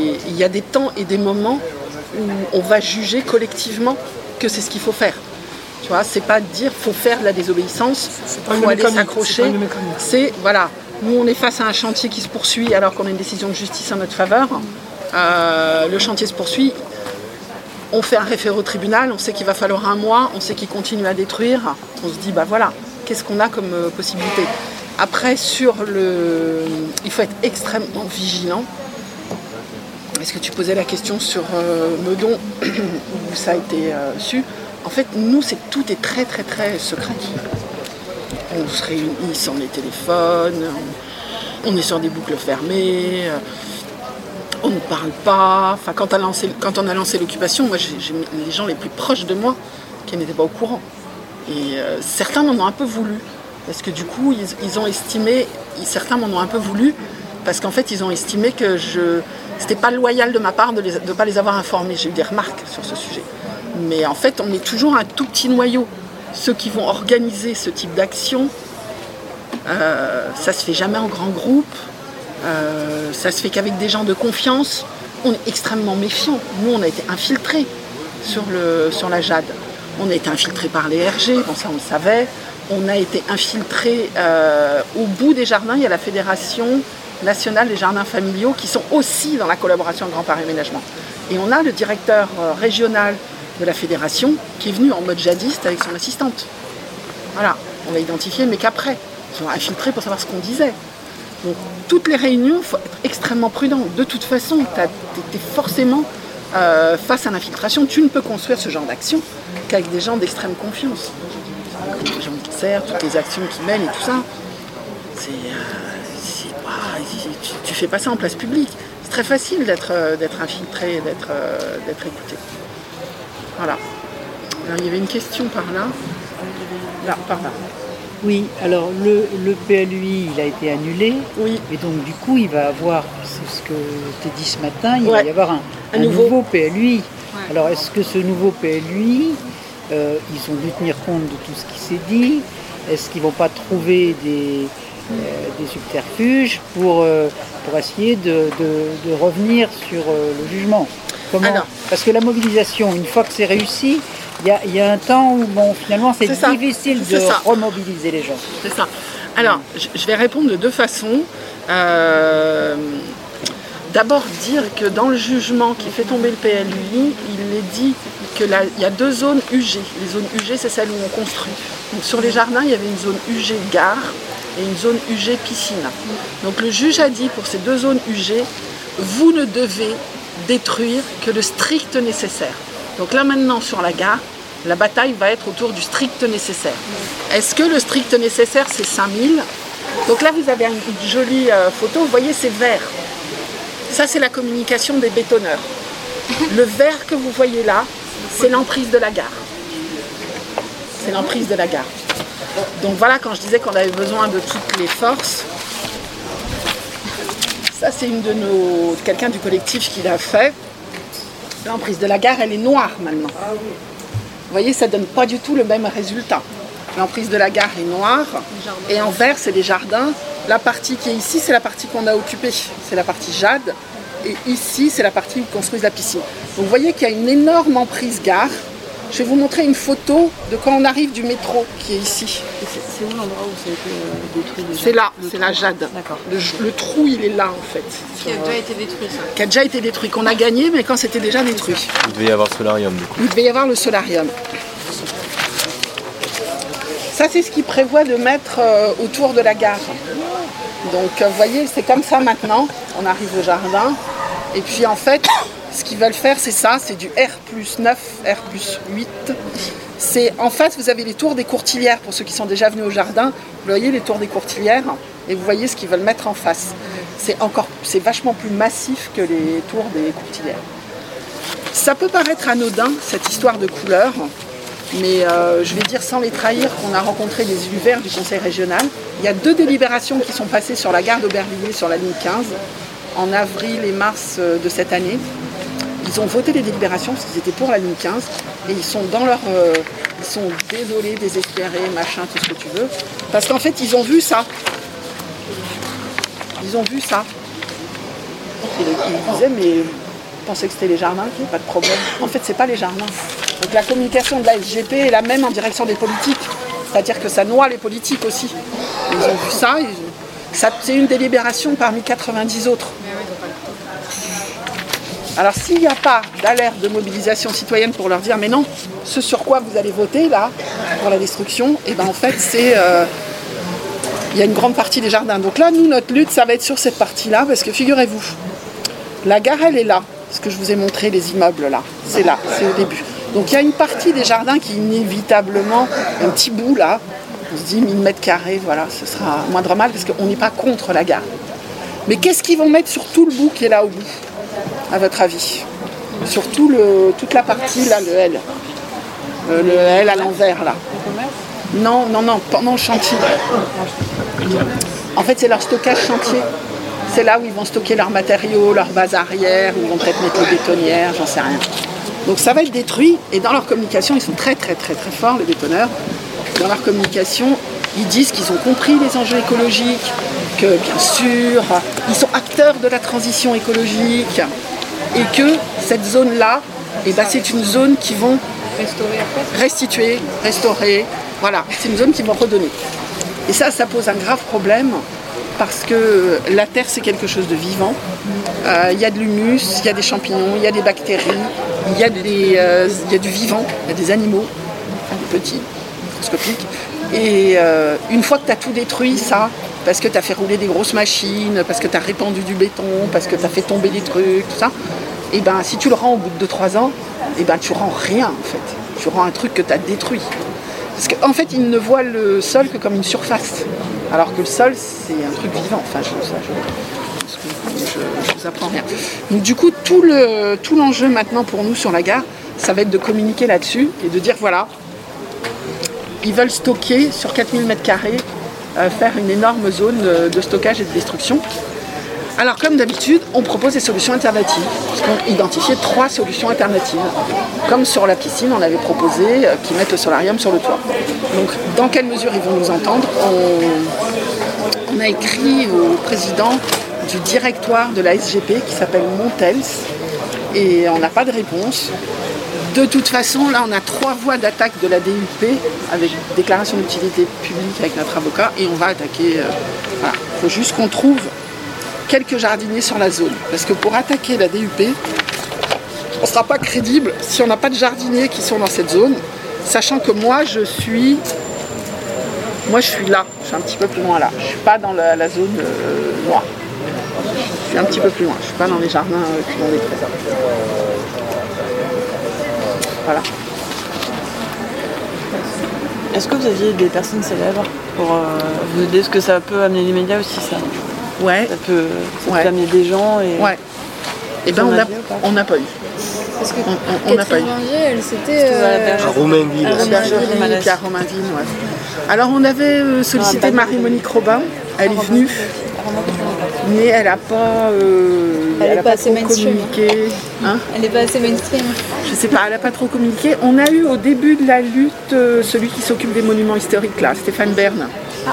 et des moments où on va juger collectivement que c'est ce qu'il faut faire. Tu vois, c'est pas de dire faut faire de la désobéissance, faut aller s'accrocher. C'est voilà, nous on est face à un chantier qui se poursuit alors qu'on a une décision de justice en notre faveur. Le chantier se poursuit. On fait un référé au tribunal, on sait qu'il va falloir un mois, on sait qu'il continue à détruire. On se dit bah voilà, qu'est-ce qu'on a comme possibilité. Après il faut être extrêmement vigilant. Est-ce que tu posais la question sur Meudon où ça a été su? En fait, nous, tout est très très très secret. On se réunit sans les téléphones, on est sur des boucles fermées, on ne parle pas. Enfin, quand on a lancé l'occupation, moi, j'ai les gens les plus proches de moi qui n'étaient pas au courant. Et certains m'en ont un peu voulu, parce que du coup, ils ont estimé, certains m'en ont un peu voulu, parce qu'en fait, ils ont estimé que c'était pas loyal de ma part de ne pas les avoir informés. J'ai eu des remarques sur ce sujet. Mais en fait, on est toujours un tout petit noyau. Ceux qui vont organiser ce type d'action, ça se fait jamais en grand groupe, ça se fait qu'avec des gens de confiance. On est extrêmement méfiants. Nous, on a été infiltrés sur la Jade. On a été infiltrés par les RG, bon ça on le savait. On a été infiltrés au bout des jardins, il y a la Fédération nationale des jardins familiaux qui sont aussi dans la collaboration Grand Paris Aménagement. Et on a le directeur régional de la fédération qui est venu en mode jadiste avec son assistante. Voilà, on l'a identifié, mais qu'après. Ils ont infiltré pour savoir ce qu'on disait. Donc, toutes les réunions, il faut être extrêmement prudent. De toute façon, tu es forcément face à l'infiltration. Tu ne peux construire ce genre d'action qu'avec des gens d'extrême confiance. Les gens qui te servent, toutes les actions qu'ils mènent et tout ça. Tu fais pas ça en place publique. C'est très facile d'être infiltré, d'être écouté. Voilà. Alors, il y avait une question par là. Là, par là. Oui, alors le PLUI, il a été annulé. Oui. Et donc, du coup, il va avoir, c'est ce que tu as dit ce matin, il va y avoir un nouveau PLUI. Ouais. Alors, est-ce que ce nouveau PLUI, ils ont dû tenir compte de tout ce qui s'est dit? Est-ce qu'ils ne vont pas trouver des subterfuges pour essayer de revenir sur le jugement? Comment? Parce que la mobilisation, une fois que c'est réussi, il y a un temps où finalement c'est difficile de remobiliser les gens. C'est ça. Alors, je vais répondre de deux façons. D'abord dire que dans le jugement qui fait tomber le PLUI, il est dit qu'il y a 2 zones UG. Les zones UG, c'est celles où on construit. Donc sur les jardins, il y avait une zone UG gare et une zone UG piscine. Donc le juge a dit pour ces 2 zones UG, vous ne devez détruire que le strict nécessaire. Donc là maintenant sur la gare, la bataille va être autour du strict nécessaire. Est-ce que le strict nécessaire c'est 5000? Donc là vous avez une jolie photo, vous voyez c'est vert. Ça c'est la communication des bétonneurs. Le vert que vous voyez là, c'est l'emprise de la gare. C'est l'emprise de la gare. Donc voilà, quand je disais qu'on avait besoin de toutes les forces, ça c'est quelqu'un du collectif qui l'a fait. L'emprise de la gare, elle est noire maintenant. Vous voyez, ça donne pas du tout le même résultat. L'emprise de la gare est noire et en vert c'est les jardins. La partie qui est ici, c'est la partie qu'on a occupée, c'est la partie Jade. Et ici, c'est la partie où ils construisent la piscine. Donc vous voyez qu'il y a une énorme emprise gare. Je vais vous montrer une photo de quand on arrive du métro qui est ici. C'est où l'endroit où ça a été détruit déjà? C'est là, c'est la Jade. D'accord. Le trou, il est là en fait. Qui a déjà été détruit ça? Qui a déjà été détruit, qu'on a gagné, mais quand c'était déjà détruit. Il devait y avoir le solarium du coup. Il devait y avoir le solarium. Ça, c'est ce qu'ils prévoient de mettre autour de la gare. Donc, vous voyez, c'est comme ça maintenant. On arrive au jardin. Et puis, en fait, ce qu'ils veulent faire, c'est ça. C'est du R+9, R+8. En face, vous avez les tours des Courtilières. Pour ceux qui sont déjà venus au jardin, vous voyez les tours des Courtilières. Et vous voyez ce qu'ils veulent mettre en face. C'est vachement plus massif que les tours des Courtilières. Ça peut paraître anodin, cette histoire de couleur. Mais je vais dire sans les trahir qu'on a rencontré des élus verts du conseil régional. Il y a 2 délibérations qui sont passées sur la gare d'Aubervilliers sur la ligne 15 en avril et mars de cette année. Ils ont voté les délibérations parce qu'ils étaient pour la ligne 15 et ils sont dans leur... ils sont désolés, désespérés, machin, tout ce que tu veux. Parce qu'en fait, ils ont vu ça. Ils ont vu ça. Ils disaient, mais vous pensez que c'était les jardins, qu'il n'y a pas de problème. En fait, c'est pas les jardins. Donc la communication de la SGP est la même en direction des politiques. C'est-à-dire que ça noie les politiques aussi. Ils ont vu ça, c'est une délibération parmi 90 autres. Alors s'il n'y a pas d'alerte de mobilisation citoyenne pour leur dire mais non, ce sur quoi vous allez voter là, pour la destruction, et ben en fait c'est... il y a une grande partie des jardins. Donc là, nous, notre lutte, ça va être sur cette partie-là, parce que figurez-vous, la gare, elle est là. Ce que je vous ai montré, les immeubles là, c'est au début. Donc il y a une partie des jardins qui inévitablement, un petit bout là, on se dit 1000 mètres carrés, voilà, ce sera moindre mal, parce qu'on n'est pas contre la gare. Mais qu'est-ce qu'ils vont mettre sur tout le bout qui est là au bout, à votre avis? Sur toute la partie là, le L. Le L à l'envers là. Non, pendant le chantier. En fait, c'est leur stockage chantier. C'est là où ils vont stocker leurs matériaux, leurs bases arrière, où ils vont peut-être mettre les bétonnières, j'en sais rien. Donc ça va être détruit, et dans leur communication, ils sont très forts, les bétonneurs. Dans leur communication, ils disent qu'ils ont compris les enjeux écologiques, que bien sûr, ils sont acteurs de la transition écologique, et que cette zone-là, c'est une zone qu'ils vont restituer, restaurer. Voilà, c'est une zone qu'ils vont redonner. Et ça pose un grave problème parce que la terre, c'est quelque chose de vivant. Il y a de l'humus, il y a des champignons, il y a des bactéries, il y a du vivant, il y a des animaux, des petits, microscopiques. Et une fois que tu as tout détruit, ça, parce que tu as fait rouler des grosses machines, parce que tu as répandu du béton, parce que tu as fait tomber des trucs, tout ça, et ben si tu le rends au bout de 2-3 ans, et ben tu rends rien en fait. Tu rends un truc que tu as détruit. Parce qu'en fait, ils ne voient le sol que comme une surface. Alors que le sol, c'est un truc vivant. Enfin, je vous apprends rien. Donc du coup, tout l'enjeu maintenant pour nous sur la gare, ça va être de communiquer là-dessus et de dire voilà, ils veulent stocker sur 4000 m², faire une énorme zone de stockage et de destruction. Alors comme d'habitude, on propose des solutions alternatives, parce qu'on identifiait 3 solutions alternatives. Comme sur la piscine, on avait proposé qu'ils mettent le solarium sur le toit. Donc dans quelle mesure ils vont nous entendre? On a écrit au président du directoire de la SGP qui s'appelle Montels, et on n'a pas de réponse. De toute façon, là on a 3 voies d'attaque de la DUP avec déclaration d'utilité publique avec notre avocat, et on va attaquer. Voilà. Il faut juste qu'on trouve quelques jardiniers sur la zone. Parce que pour attaquer la DUP, on ne sera pas crédible si on n'a pas de jardiniers qui sont dans cette zone, sachant que moi je suis là, je suis un petit peu plus loin là. Je ne suis pas dans la zone noire. Je suis un petit peu plus loin, je ne suis pas dans les jardins qui ont des trésors. Voilà. Est-ce que vous aviez des personnes célèbres pour vous aider? Est-ce que ça peut amener les médias aussi, ça? Ouais. Ça peut amener des gens et... Ouais. Et ben on n'a pas eu. Parce que on n'a pas eu. Elle c'était à Romainville. À Romainville, ouais. Alors on avait sollicité Marie-Monique Robin, elle est venue, mais elle n'a pas, pas assez trop communiqué. Hein, elle n'est pas assez mainstream. Je sais pas, elle n'a pas trop communiqué. On a eu au début de la lutte celui qui s'occupe des monuments historiques là, Stéphane Bern.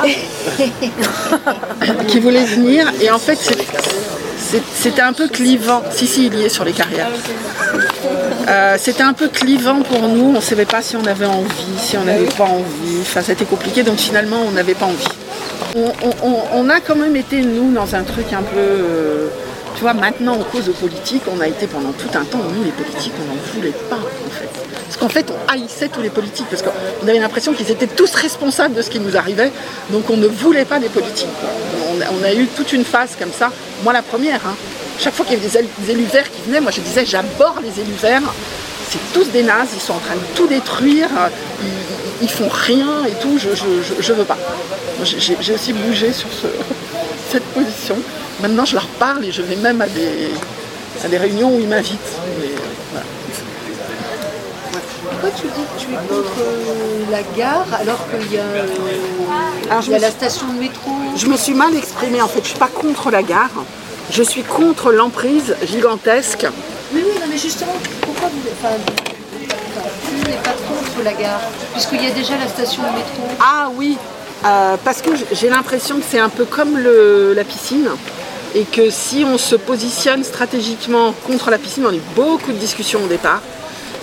Qui voulait venir, et en fait c'était un peu clivant. Si, il y est sur les carrières. C'était un peu clivant pour nous, on ne savait pas si on avait envie, si on n'avait pas envie, enfin c'était compliqué, donc finalement on n'avait pas envie. On a quand même été, nous, dans un truc un peu... tu vois, maintenant on cause de politique, on a été pendant tout un temps, nous les politiques, on n'en voulait pas en fait. Parce qu'en fait on haïssait tous les politiques, parce qu'on avait l'impression qu'ils étaient tous responsables de ce qui nous arrivait, donc on ne voulait pas des politiques. On a eu toute une phase comme ça, moi la première, hein. Chaque fois qu'il y avait des élus verts qui venaient, moi je disais j'aborde les élus verts, c'est tous des nazes, ils sont en train de tout détruire, ils font rien et tout, je veux pas. J'ai aussi bougé sur cette position. Maintenant je leur parle et je vais même à des réunions où ils m'invitent. Voilà. Pourquoi tu dis que tu es contre la gare alors qu'il y a, la station de métro? Je me suis mal exprimée en fait, je ne suis pas contre la gare, je suis contre l'emprise gigantesque. Oui, non mais justement, pourquoi vous n'êtes pas contre la gare? Puisqu'il y a déjà la station de métro. Ah oui, parce que j'ai l'impression que c'est un peu comme la piscine, et que si on se positionne stratégiquement contre la piscine, on a eu beaucoup de discussions au départ,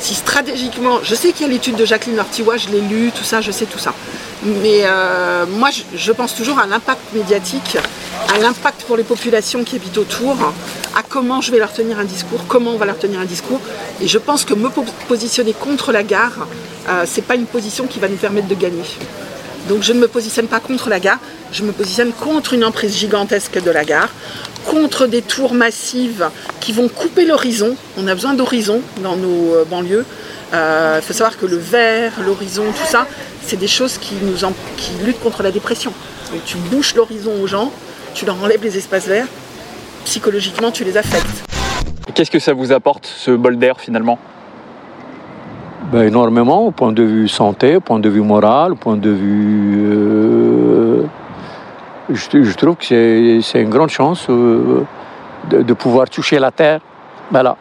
Si stratégiquement, je sais qu'il y a l'étude de Jacqueline Ortiwa, je l'ai lue, tout ça, je sais tout ça. Mais moi, je pense toujours à l'impact médiatique, à l'impact pour les populations qui habitent autour, à comment je vais leur tenir un discours, comment on va leur tenir un discours. Et je pense que me positionner contre la gare, c'est pas une position qui va nous permettre de gagner. Donc je ne me positionne pas contre la gare, je me positionne contre une emprise gigantesque de la gare, contre des tours massives qui vont couper l'horizon. On a besoin d'horizon dans nos banlieues. Il faut savoir que le vert, l'horizon, tout ça, c'est des choses qui luttent contre la dépression. Donc tu bouches l'horizon aux gens, tu leur enlèves les espaces verts, psychologiquement tu les affectes. Et qu'est-ce que ça vous apporte, ce bol d'air finalement ? Énormément, au point de vue santé, au point de vue moral, au point de vue... Je trouve que c'est une grande chance de pouvoir toucher la terre. Voilà.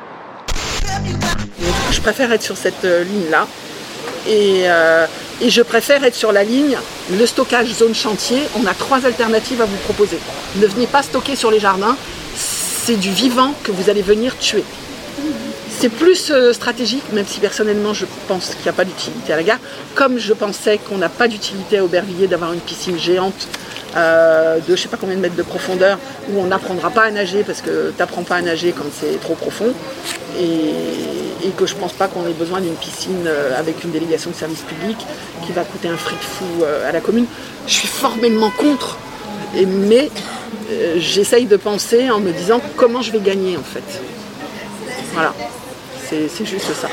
Je préfère être sur cette ligne-là. Et je préfère être sur la ligne, le stockage zone chantier. On a 3 alternatives à vous proposer. Ne venez pas stocker sur les jardins. C'est du vivant que vous allez venir tuer. C'est plus stratégique, même si personnellement je pense qu'il n'y a pas d'utilité à la gare. Comme je pensais qu'on n'a pas d'utilité à Aubervilliers d'avoir une piscine géante de je ne sais pas combien de mètres de profondeur où on n'apprendra pas à nager parce que tu n'apprends pas à nager quand c'est trop profond. Et que je ne pense pas qu'on ait besoin d'une piscine avec une délégation de service public qui va coûter un fric fou à la commune. Je suis formellement contre, mais j'essaye de penser en me disant comment je vais gagner en fait. Voilà. C'est juste ça.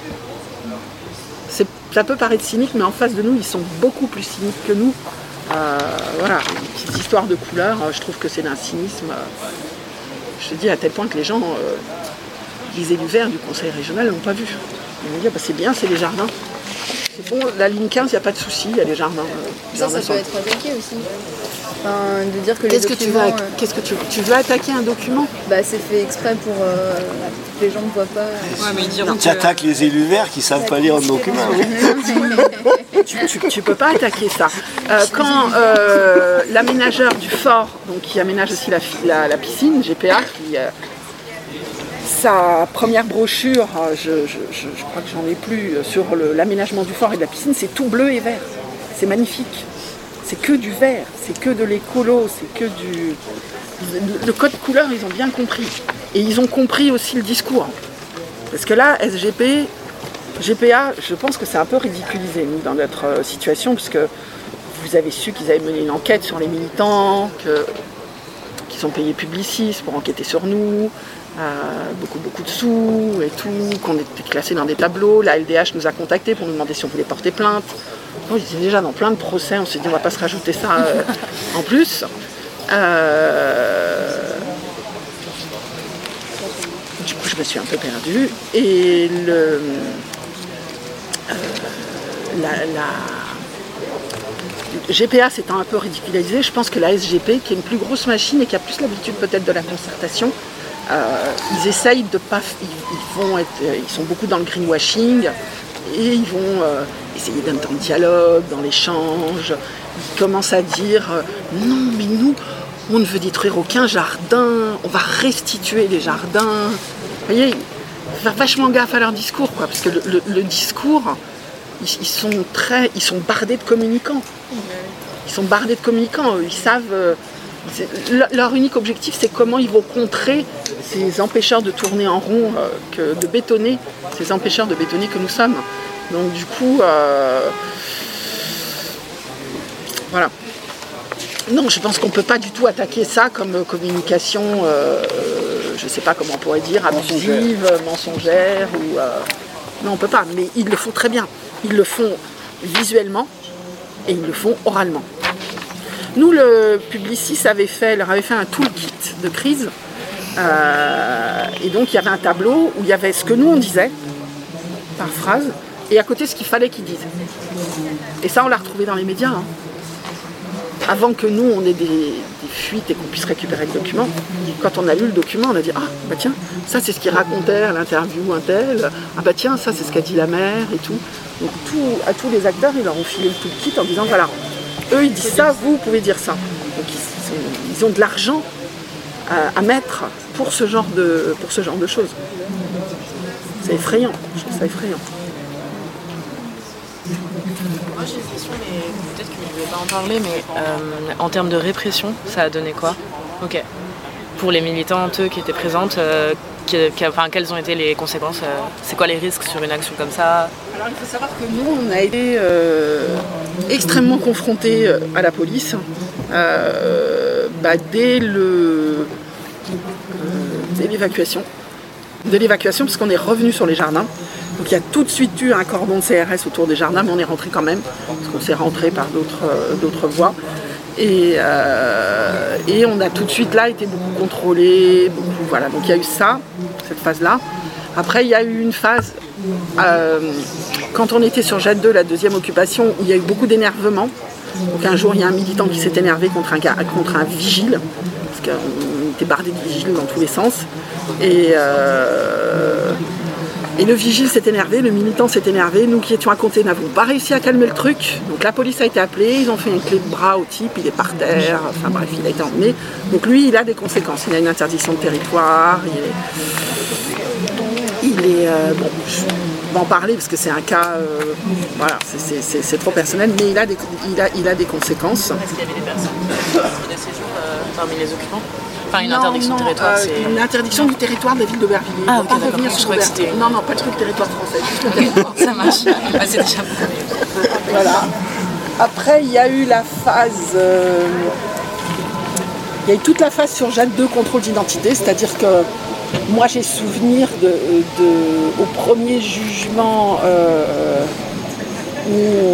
Ça peut paraître cynique, mais en face de nous, ils sont beaucoup plus cyniques que nous. Voilà, une petite histoire de couleur, je trouve que c'est d'un cynisme. Je te dis à tel point que les gens, les élus verts du conseil régional ne l'ont pas vu. Ils vont dire, c'est bien, c'est les jardins. C'est bon, la ligne 15, il n'y a pas de souci, il y a les jardins. Ça peut être attaqué aussi. Enfin, de dire que Qu'est-ce que tu veux attaquer un document ? C'est fait exprès pour que les gens ne voient pas. Tu attaques les élus verts qui ne savent pas lire un document. Tu peux pas attaquer ça. Quand l'aménageur du fort, donc qui aménage aussi la piscine, GPA, sa première brochure, je crois que j'en ai plus, sur l'aménagement du fort et de la piscine, c'est tout bleu et vert. C'est magnifique. C'est que du vert, c'est que de l'écolo, c'est que du... Le code couleur, ils ont bien compris. Et ils ont compris aussi le discours. Parce que là, SGP, GPA, je pense que c'est un peu ridiculisé, nous, dans notre situation, puisque vous avez su qu'ils avaient mené une enquête sur les militants, qu'ils ont payé Publicis pour enquêter sur nous, beaucoup de sous et tout, qu'on était classés dans des tableaux. La LDH nous a contactés pour nous demander si on voulait porter plainte. Bon, ils étaient déjà dans plein de procès, on s'est dit on va pas se rajouter ça en plus. Du coup je me suis un peu perdue et GPA s'étant un peu ridiculisé, je pense que la SGP, qui est une plus grosse machine et qui a plus l'habitude peut-être de la concertation, ils essayent de pas... Ils sont beaucoup dans le greenwashing et ils vont essayer d'être dans le dialogue, dans l'échange. Ils commencent à dire non mais nous, on ne veut détruire aucun jardin, on va restituer les jardins. Vous voyez, ils font vachement gaffe à leur discours, quoi, parce que le discours, ils sont bardés de communicants. Ils sont bardés de communicants, ils savent... leur unique objectif, c'est comment ils vont contrer ces empêcheurs de tourner en rond, de bétonner, ces empêcheurs de bétonner que nous sommes. Donc du coup, voilà. Non, je pense qu'on ne peut pas du tout attaquer ça comme communication, je ne sais pas comment on pourrait dire, abusive, mensongère, ou... Non, on ne peut pas, mais ils le font très bien. Ils le font visuellement et ils le font oralement. Nous, le Publicis leur avait fait un toolkit de crise. Et donc, il y avait un tableau où il y avait ce que nous, on disait, par phrase, et à côté, ce qu'il fallait qu'ils disent. Et ça, on l'a retrouvé dans les médias. Hein. Avant que nous, on ait des fuites et qu'on puisse récupérer le document, quand on a lu le document, on a dit « Ah, bah tiens, ça, c'est ce qu'il racontait à l'interview un tel. Ah bah tiens, ça, c'est ce qu'a dit la mère et tout. » Donc, à tous les acteurs, ils leur ont filé le toolkit en disant « Voilà, eux, ils disent ça, vous pouvez dire ça. » Donc, ils ont de l'argent à mettre pour ce genre de choses. C'est effrayant, je trouve ça effrayant. Moi j'ai une question, mais peut-être que vous ne pouvez pas en parler, mais en termes de répression, ça a donné quoi? Ok. Pour les militantes qui étaient présentes, quelles ont été les conséquences? C'est quoi les risques sur une action comme ça? Alors il faut savoir que nous, on a été extrêmement confrontés à la police dès l'évacuation. Dès l'évacuation, parce qu'on est revenu sur les jardins. Donc il y a tout de suite eu un cordon de CRS autour des jardins, mais on est rentré quand même, parce qu'on s'est rentré par d'autres voies. Et on a tout de suite là été beaucoup contrôlé, voilà. Donc il y a eu ça, cette phase-là. Après il y a eu une phase, quand on était sur Jette 2, la deuxième occupation, où il y a eu beaucoup d'énervement. Donc un jour il y a un militant qui s'est énervé contre un vigile, parce qu'on était bardé de vigiles dans tous les sens. Et le vigile s'est énervé, le militant s'est énervé, nous qui étions à côté n'avons pas réussi à calmer le truc. Donc la police a été appelée, ils ont fait une clé de bras au type, il est par terre, enfin bref, il a été emmené. Donc lui, il a des conséquences, il a une interdiction de territoire, il est bon, je vais en parler parce que c'est un cas, voilà, c'est trop personnel, mais il a des conséquences. Est-ce qu'il y avait des personnes qui séjour parmi les occupants? Enfin, une interdiction de territoire, c'est... Une interdiction du territoire de la ville d'Aubervilliers. Ah, ok, pas d'accord. revenir sur Aubervilliers. Non, pas le truc territoire français, juste le territoire. Ça marche, c'est déjà bon. Voilà. Après, il y a eu la phase... il y a eu toute la phase sur Jette 2, contrôle d'identité, c'est-à-dire que moi, j'ai souvenir au premier jugement où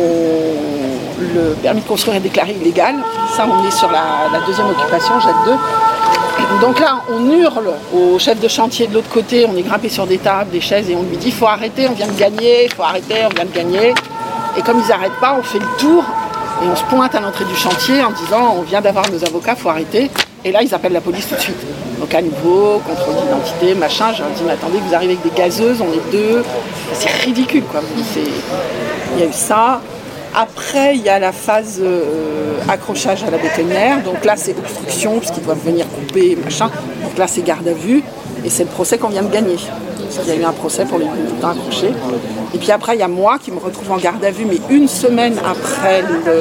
le permis de construire est déclaré illégal. Ça, on est sur la deuxième occupation, Jette 2. Donc là, on hurle au chef de chantier de l'autre côté, on est grimpé sur des tables, des chaises, et on lui dit « faut arrêter, on vient de gagner, faut arrêter, on vient de gagner ». Et comme ils n'arrêtent pas, on fait le tour et on se pointe à l'entrée du chantier en disant « on vient d'avoir nos avocats, faut arrêter ». Et là, ils appellent la police tout de suite. Donc à nouveau, contrôle d'identité, machin. Je leur dis « mais attendez, vous arrivez avec des gazeuses, on est deux ». C'est ridicule, quoi. Il y a eu ça. Après, il y a la phase accrochage à la bétonnière. Donc là, c'est obstruction, parce qu'ils doivent venir couper, machin. Donc là, c'est garde à vue. Et c'est le procès qu'on vient de gagner. Parce qu'il y a eu un procès pour les militants accrochés. Et puis après, il y a moi qui me retrouve en garde à vue, mais une semaine après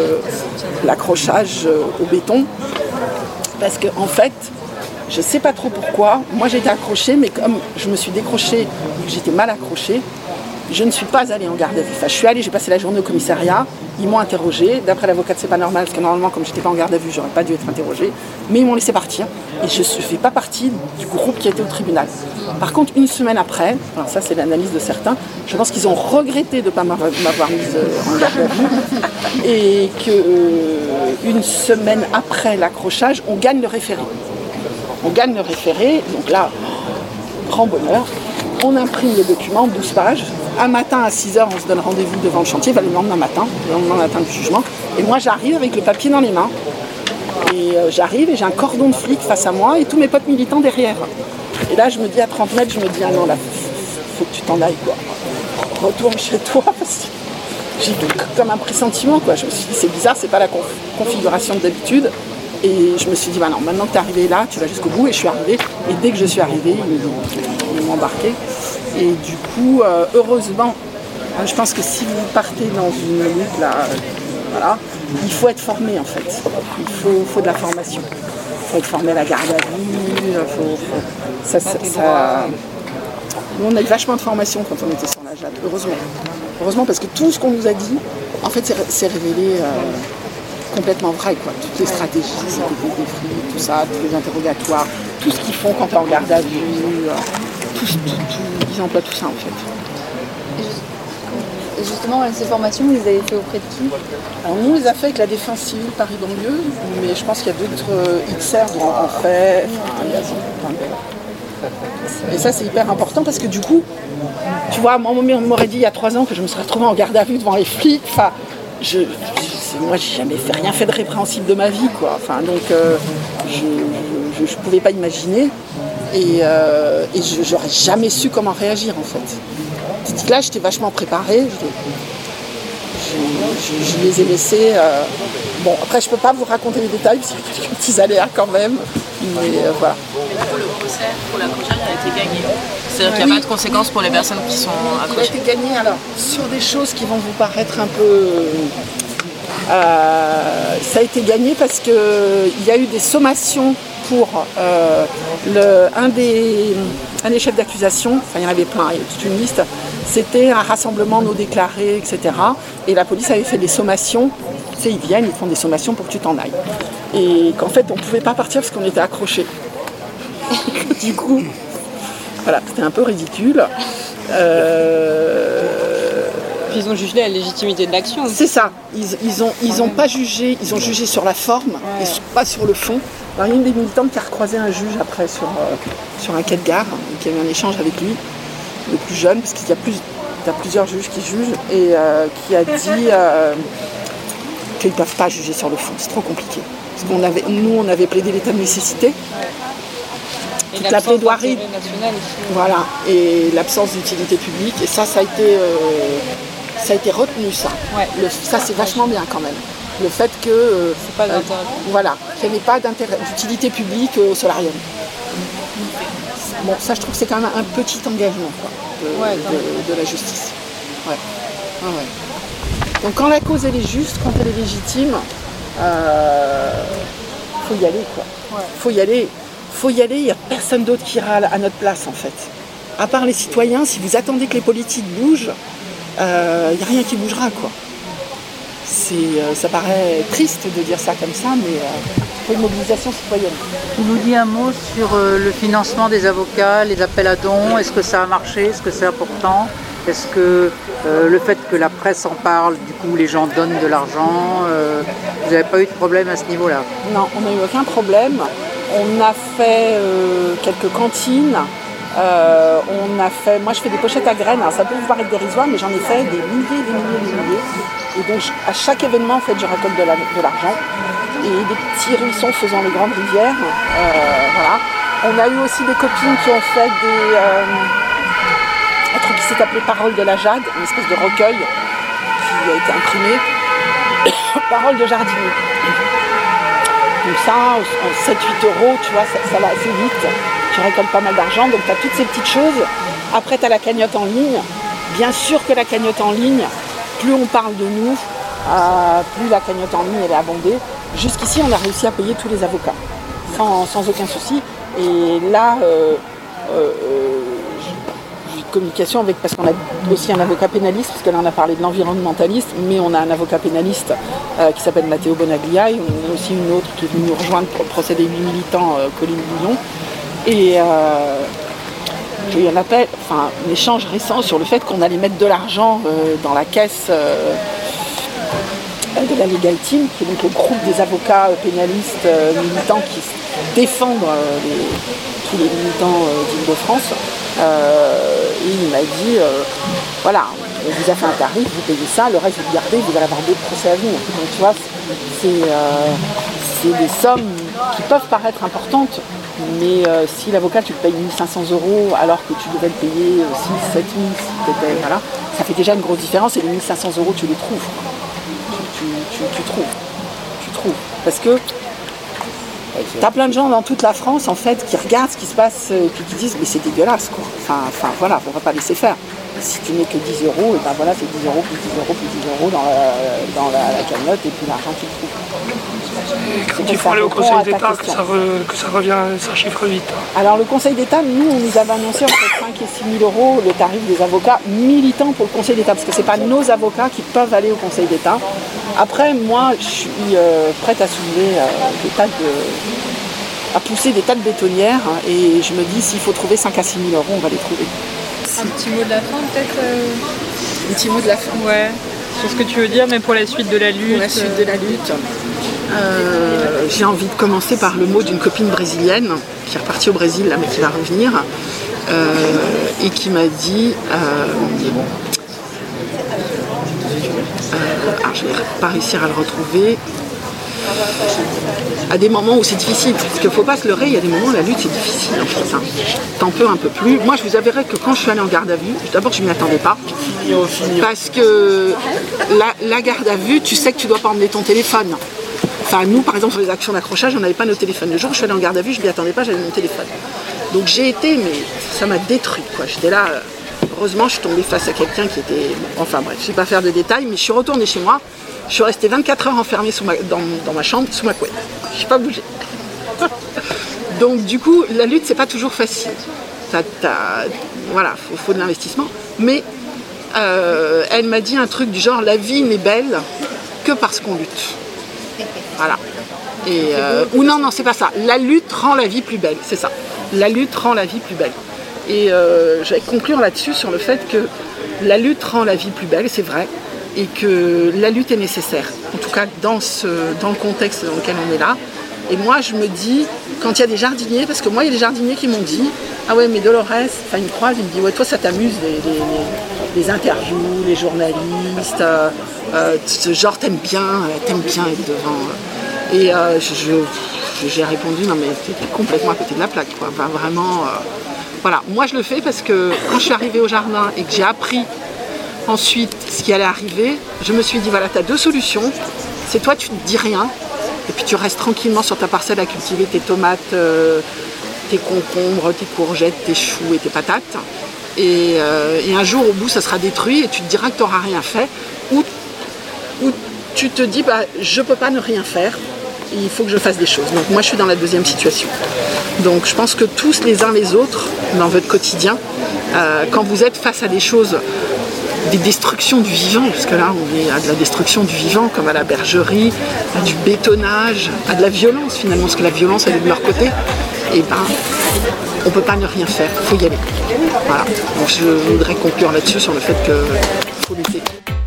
l'accrochage au béton. Parce que, en fait, je ne sais pas trop pourquoi. Moi, j'ai été accrochée, mais comme je me suis décrochée, j'étais mal accrochée. Je ne suis pas allée en garde à vue. Enfin, je suis allée, j'ai passé la journée au commissariat. Ils m'ont interrogée. D'après l'avocate, c'est pas normal, parce que normalement, comme je n'étais pas en garde à vue, j'aurais pas dû être interrogée. Mais ils m'ont laissé partir. Et je ne fais pas partie du groupe qui a été au tribunal. Par contre, une semaine après, alors ça c'est l'analyse de certains, je pense qu'ils ont regretté de ne pas m'avoir mise en garde à vue. Et qu'une semaine après l'accrochage, on gagne le référé. On gagne le référé, donc là, grand bonheur. On imprime les documents, 12 pages. Un matin à 6h, on se donne rendez-vous devant le chantier, le lendemain matin du jugement. Et moi, j'arrive avec le papier dans les mains. Et j'arrive et j'ai un cordon de flics face à moi et tous mes potes militants derrière. Et là, je me dis à 30 mètres, je me dis, ah non, là, faut que tu t'en ailles, quoi. Retourne chez toi, parce que j'ai eu comme un pressentiment, quoi. Je me suis dit, c'est bizarre, c'est pas la configuration d'habitude. Et je me suis dit, bah non, maintenant que tu es arrivé là, tu vas jusqu'au bout. Et je suis arrivée. Et dès que je suis arrivée, ils m'ont embarqué. Et du coup, heureusement, je pense que si vous partez dans une lutte, là, voilà, il faut être formé, en fait. Il faut de la formation. Il faut être formé à la garde à vue. Nous, on a eu vachement de formation quand on était sur la Jade, heureusement. Heureusement, parce que tout ce qu'on nous a dit, en fait, c'est révélé complètement vrai, quoi. Toutes les stratégies, des défis, tout ça, tous les interrogatoires, tout ce qu'ils font quand on est en garde à vue, ils emploient tout ça, en fait. Et justement, ces formations, vous les avez fait auprès de qui? Alors, nous, on les a fait avec la défense civile Paris-Banlieue, mais je pense qu'il y a d'autres XR dont on fait. Et ça, c'est hyper important parce que du coup, tu vois, moi, on m'aurait dit il y a 3 ans que je me serais retrouvée en garde à vue devant les flics. Enfin, moi, j'ai jamais rien fait de répréhensible de ma vie, quoi. Enfin, donc, je pouvais pas imaginer et j'aurais jamais su comment réagir, en fait. Là, j'étais vachement préparée. Je les ai laissés. Bon, après, je peux pas vous raconter les détails parce qu'il y a quelques petits aléas quand même. Mais voilà. Et là, pour le procès, pour l'accrochage, a été gagné. C'est-à-dire qu'il n'y a pas de conséquences pour les personnes qui sont accrochées. Il a été gagné alors sur des choses qui vont vous paraître un peu... ça a été gagné parce qu'il y a eu des sommations pour un des chefs d'accusation, enfin il y en avait plein, il y a toute une liste, c'était un rassemblement non déclaré, etc. Et la police avait fait des sommations, tu sais, ils viennent, ils font des sommations pour que tu t'en ailles. Et qu'en fait on ne pouvait pas partir parce qu'on était accrochés. Du coup, voilà, c'était un peu ridicule. Ils ont jugé la légitimité de l'action. C'est ça. Ils ont pas jugé, ils ont jugé sur la forme et pas sur le fond. Alors, il y a une des militantes qui a recroisé un juge après sur un quai de gare, qui a eu un échange avec lui, le plus jeune, parce qu'il y a plusieurs juges qui jugent, et qui a dit qu'ils ne peuvent pas juger sur le fond, c'est trop compliqué. Parce qu'on nous, on avait plaidé l'état de nécessité. Toute la plaidoirie, voilà, et l'absence d'utilité publique, et ça a été retenu, ça. Ouais. Ça, c'est vachement bien quand même. Le fait que voilà, qu'il n'y ait pas d'utilité publique au solarium. Bon, ça, je trouve que c'est quand même un petit engagement quoi, de la justice. Ouais. Ah, ouais. Donc, quand la cause elle est juste, quand elle est légitime, faut y aller, quoi. Ouais. Faut y aller, il n'y a personne d'autre qui ira à notre place en fait. À part les citoyens, si vous attendez que les politiques bougent, il n'y a rien qui bougera quoi. Ça paraît triste de dire ça comme ça, mais il faut une mobilisation citoyenne. Tu nous dis un mot sur le financement des avocats, les appels à dons, est-ce que ça a marché, est-ce que c'est important? Est-ce que le fait que la presse en parle, du coup les gens donnent de l'argent, vous n'avez pas eu de problème à ce niveau-là? Non, on n'a eu aucun problème. On a fait quelques cantines. Moi je fais des pochettes à graines, alors ça peut vous paraître dérisoire, mais j'en ai fait des milliers. Et donc à chaque événement en fait je récolte de l'argent. Et des petits ruissons faisant les grandes rivières. Voilà. On a eu aussi des copines qui ont fait un truc qui s'est appelé Parole de la Jade, une espèce de recueil qui a été imprimé. Parole de jardinier. Donc ça, en 7-8 euros, tu vois, ça va assez vite. Tu récoltes pas mal d'argent, donc tu as toutes ces petites choses. Après, tu as la cagnotte en ligne. Bien sûr que la cagnotte en ligne, plus on parle de nous, plus la cagnotte en ligne elle est abondée. Jusqu'ici, on a réussi à payer tous les avocats, sans aucun souci. Et là, j'ai une communication avec, parce qu'on a aussi un avocat pénaliste, parce que là on a parlé de l'environnementaliste, mais on a un avocat pénaliste qui s'appelle Matteo Bonaglia, et on a aussi une autre qui est venue nous rejoindre pour le procès des 8 militants Colline Bouillon. Et j'ai eu un échange récent sur le fait qu'on allait mettre de l'argent dans la caisse de la Legal Team, qui est donc le groupe des avocats pénalistes militants qui défendent tous les militants d'Île-de-France. Et il m'a dit, voilà, on vous a fait un tarif, vous payez ça, le reste vous le gardez, vous allez avoir d'autres procès à venir. Donc tu vois, c'est des sommes qui peuvent paraître importantes, mais si l'avocat tu le payes 1 500 € alors que tu devais le payer 6 000, 7 000, voilà, ça fait déjà une grosse différence, et les 1 500 € tu les trouves. Tu trouves. Parce que t'as plein de gens dans toute la France en fait qui regardent ce qui se passe et puis qui disent mais c'est dégueulasse quoi. Enfin voilà, on va pas laisser faire. Si tu n'es que 10 €, et ben voilà, c'est 10 € plus 10 € plus 10 € dans la cagnotte, et puis l'argent tu le trouves. Quand il faut aller au Conseil d'État, que ça revient, ça chiffre vite. Alors le Conseil d'État, nous, on nous avait annoncé entre 5 et 6 000 € le tarif des avocats militants pour le Conseil d'État, parce que c'est pas nos avocats qui peuvent aller au Conseil d'État. Après, moi, je suis prête à soulever à pousser des tas de bétonnières, et je me dis, s'il faut trouver 5 à 6 000 €, on va les trouver. Un petit mot de la fin peut-être Un petit mot de la fin. Ouais, sur ce que tu veux dire, mais pour la suite de la lutte. Pour la suite de la lutte. J'ai envie de commencer par le mot d'une copine brésilienne qui est repartie au Brésil là, mais qui va revenir, et qui m'a dit je ne vais pas réussir à le retrouver. À des moments où c'est difficile, parce qu'il ne faut pas se leurrer, il y a des moments où la lutte c'est difficile en fait. T'en peux un peu plus. Moi je vous avouerai que quand je suis allée en garde à vue, d'abord je ne m'y attendais pas, parce que la garde à vue, tu sais que tu ne dois pas emmener ton téléphone. Enfin nous par exemple sur les actions d'accrochage, on n'avait pas nos téléphones. Le jour où je suis allée en garde à vue, je ne m'y attendais pas, j'avais mon téléphone. Donc j'ai été, mais ça m'a détruit, quoi. J'étais là, heureusement je suis tombée face à quelqu'un qui était... Enfin bref, je ne vais pas faire de détails, mais je suis retournée chez moi. Je suis restée 24 heures enfermée dans ma chambre, sous ma couette. Je n'ai pas bougé. Donc du coup, la lutte, c'est pas toujours facile. Voilà, faut de l'investissement. Mais elle m'a dit un truc du genre, la vie n'est belle que parce qu'on lutte. Voilà. Ou non, c'est pas ça. La lutte rend la vie plus belle, c'est ça. La lutte rend la vie plus belle. Et je vais conclure là-dessus sur le fait que la lutte rend la vie plus belle, c'est vrai, et que la lutte est nécessaire. En tout cas, dans le contexte dans lequel on est là. Et moi, je me dis, quand il y a des jardiniers, parce que moi, il y a des jardiniers qui m'ont dit, ah ouais, mais Dolores, enfin, il me croise, il me dit, ouais, toi, ça t'amuse, les interviews, les journalistes, genre, t'aimes bien être devant. Et j'ai répondu, non, mais t'es complètement à côté de la plaque, quoi. Enfin, vraiment, voilà. Moi, je le fais parce que quand je suis arrivée au jardin et que j'ai appris ensuite ce qui allait arriver, je me suis dit, voilà, t'as deux solutions. C'est toi, tu te dis rien. Et puis tu restes tranquillement sur ta parcelle à cultiver tes tomates, tes concombres, tes courgettes, tes choux et tes patates. Et un jour, au bout, ça sera détruit et tu te diras que tu n'auras rien fait. Ou tu te dis, je ne peux pas ne rien faire, il faut que je fasse des choses. Donc moi, je suis dans la deuxième situation. Donc je pense que tous les uns les autres, dans votre quotidien, quand vous êtes face à des choses, des destructions du vivant, parce que là on est à de la destruction du vivant, comme à la bergerie, à du bétonnage, à de la violence finalement, parce que la violence elle est de leur côté, et on peut pas ne rien faire, il faut y aller. Voilà, donc je voudrais conclure là-dessus sur le fait qu'il faut lutter.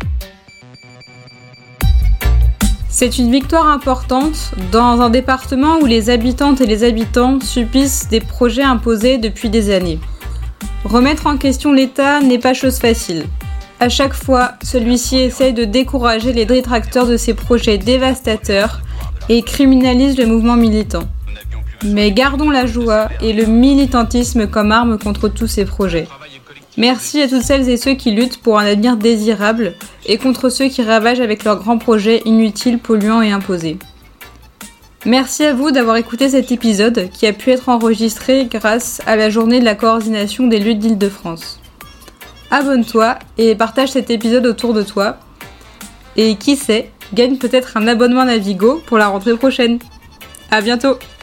C'est une victoire importante dans un département où les habitantes et les habitants subissent des projets imposés depuis des années. Remettre en question l'État n'est pas chose facile. À chaque fois, celui-ci essaye de décourager les détracteurs de ces projets dévastateurs et criminalise le mouvement militant. Mais gardons la joie et le militantisme comme arme contre tous ces projets. Merci à toutes celles et ceux qui luttent pour un avenir désirable et contre ceux qui ravagent avec leurs grands projets inutiles, polluants et imposés. Merci à vous d'avoir écouté cet épisode qui a pu être enregistré grâce à la journée de la coordination des luttes d'Île-de-France. Abonne-toi et partage cet épisode autour de toi. Et qui sait, gagne peut-être un abonnement Navigo pour la rentrée prochaine. À bientôt!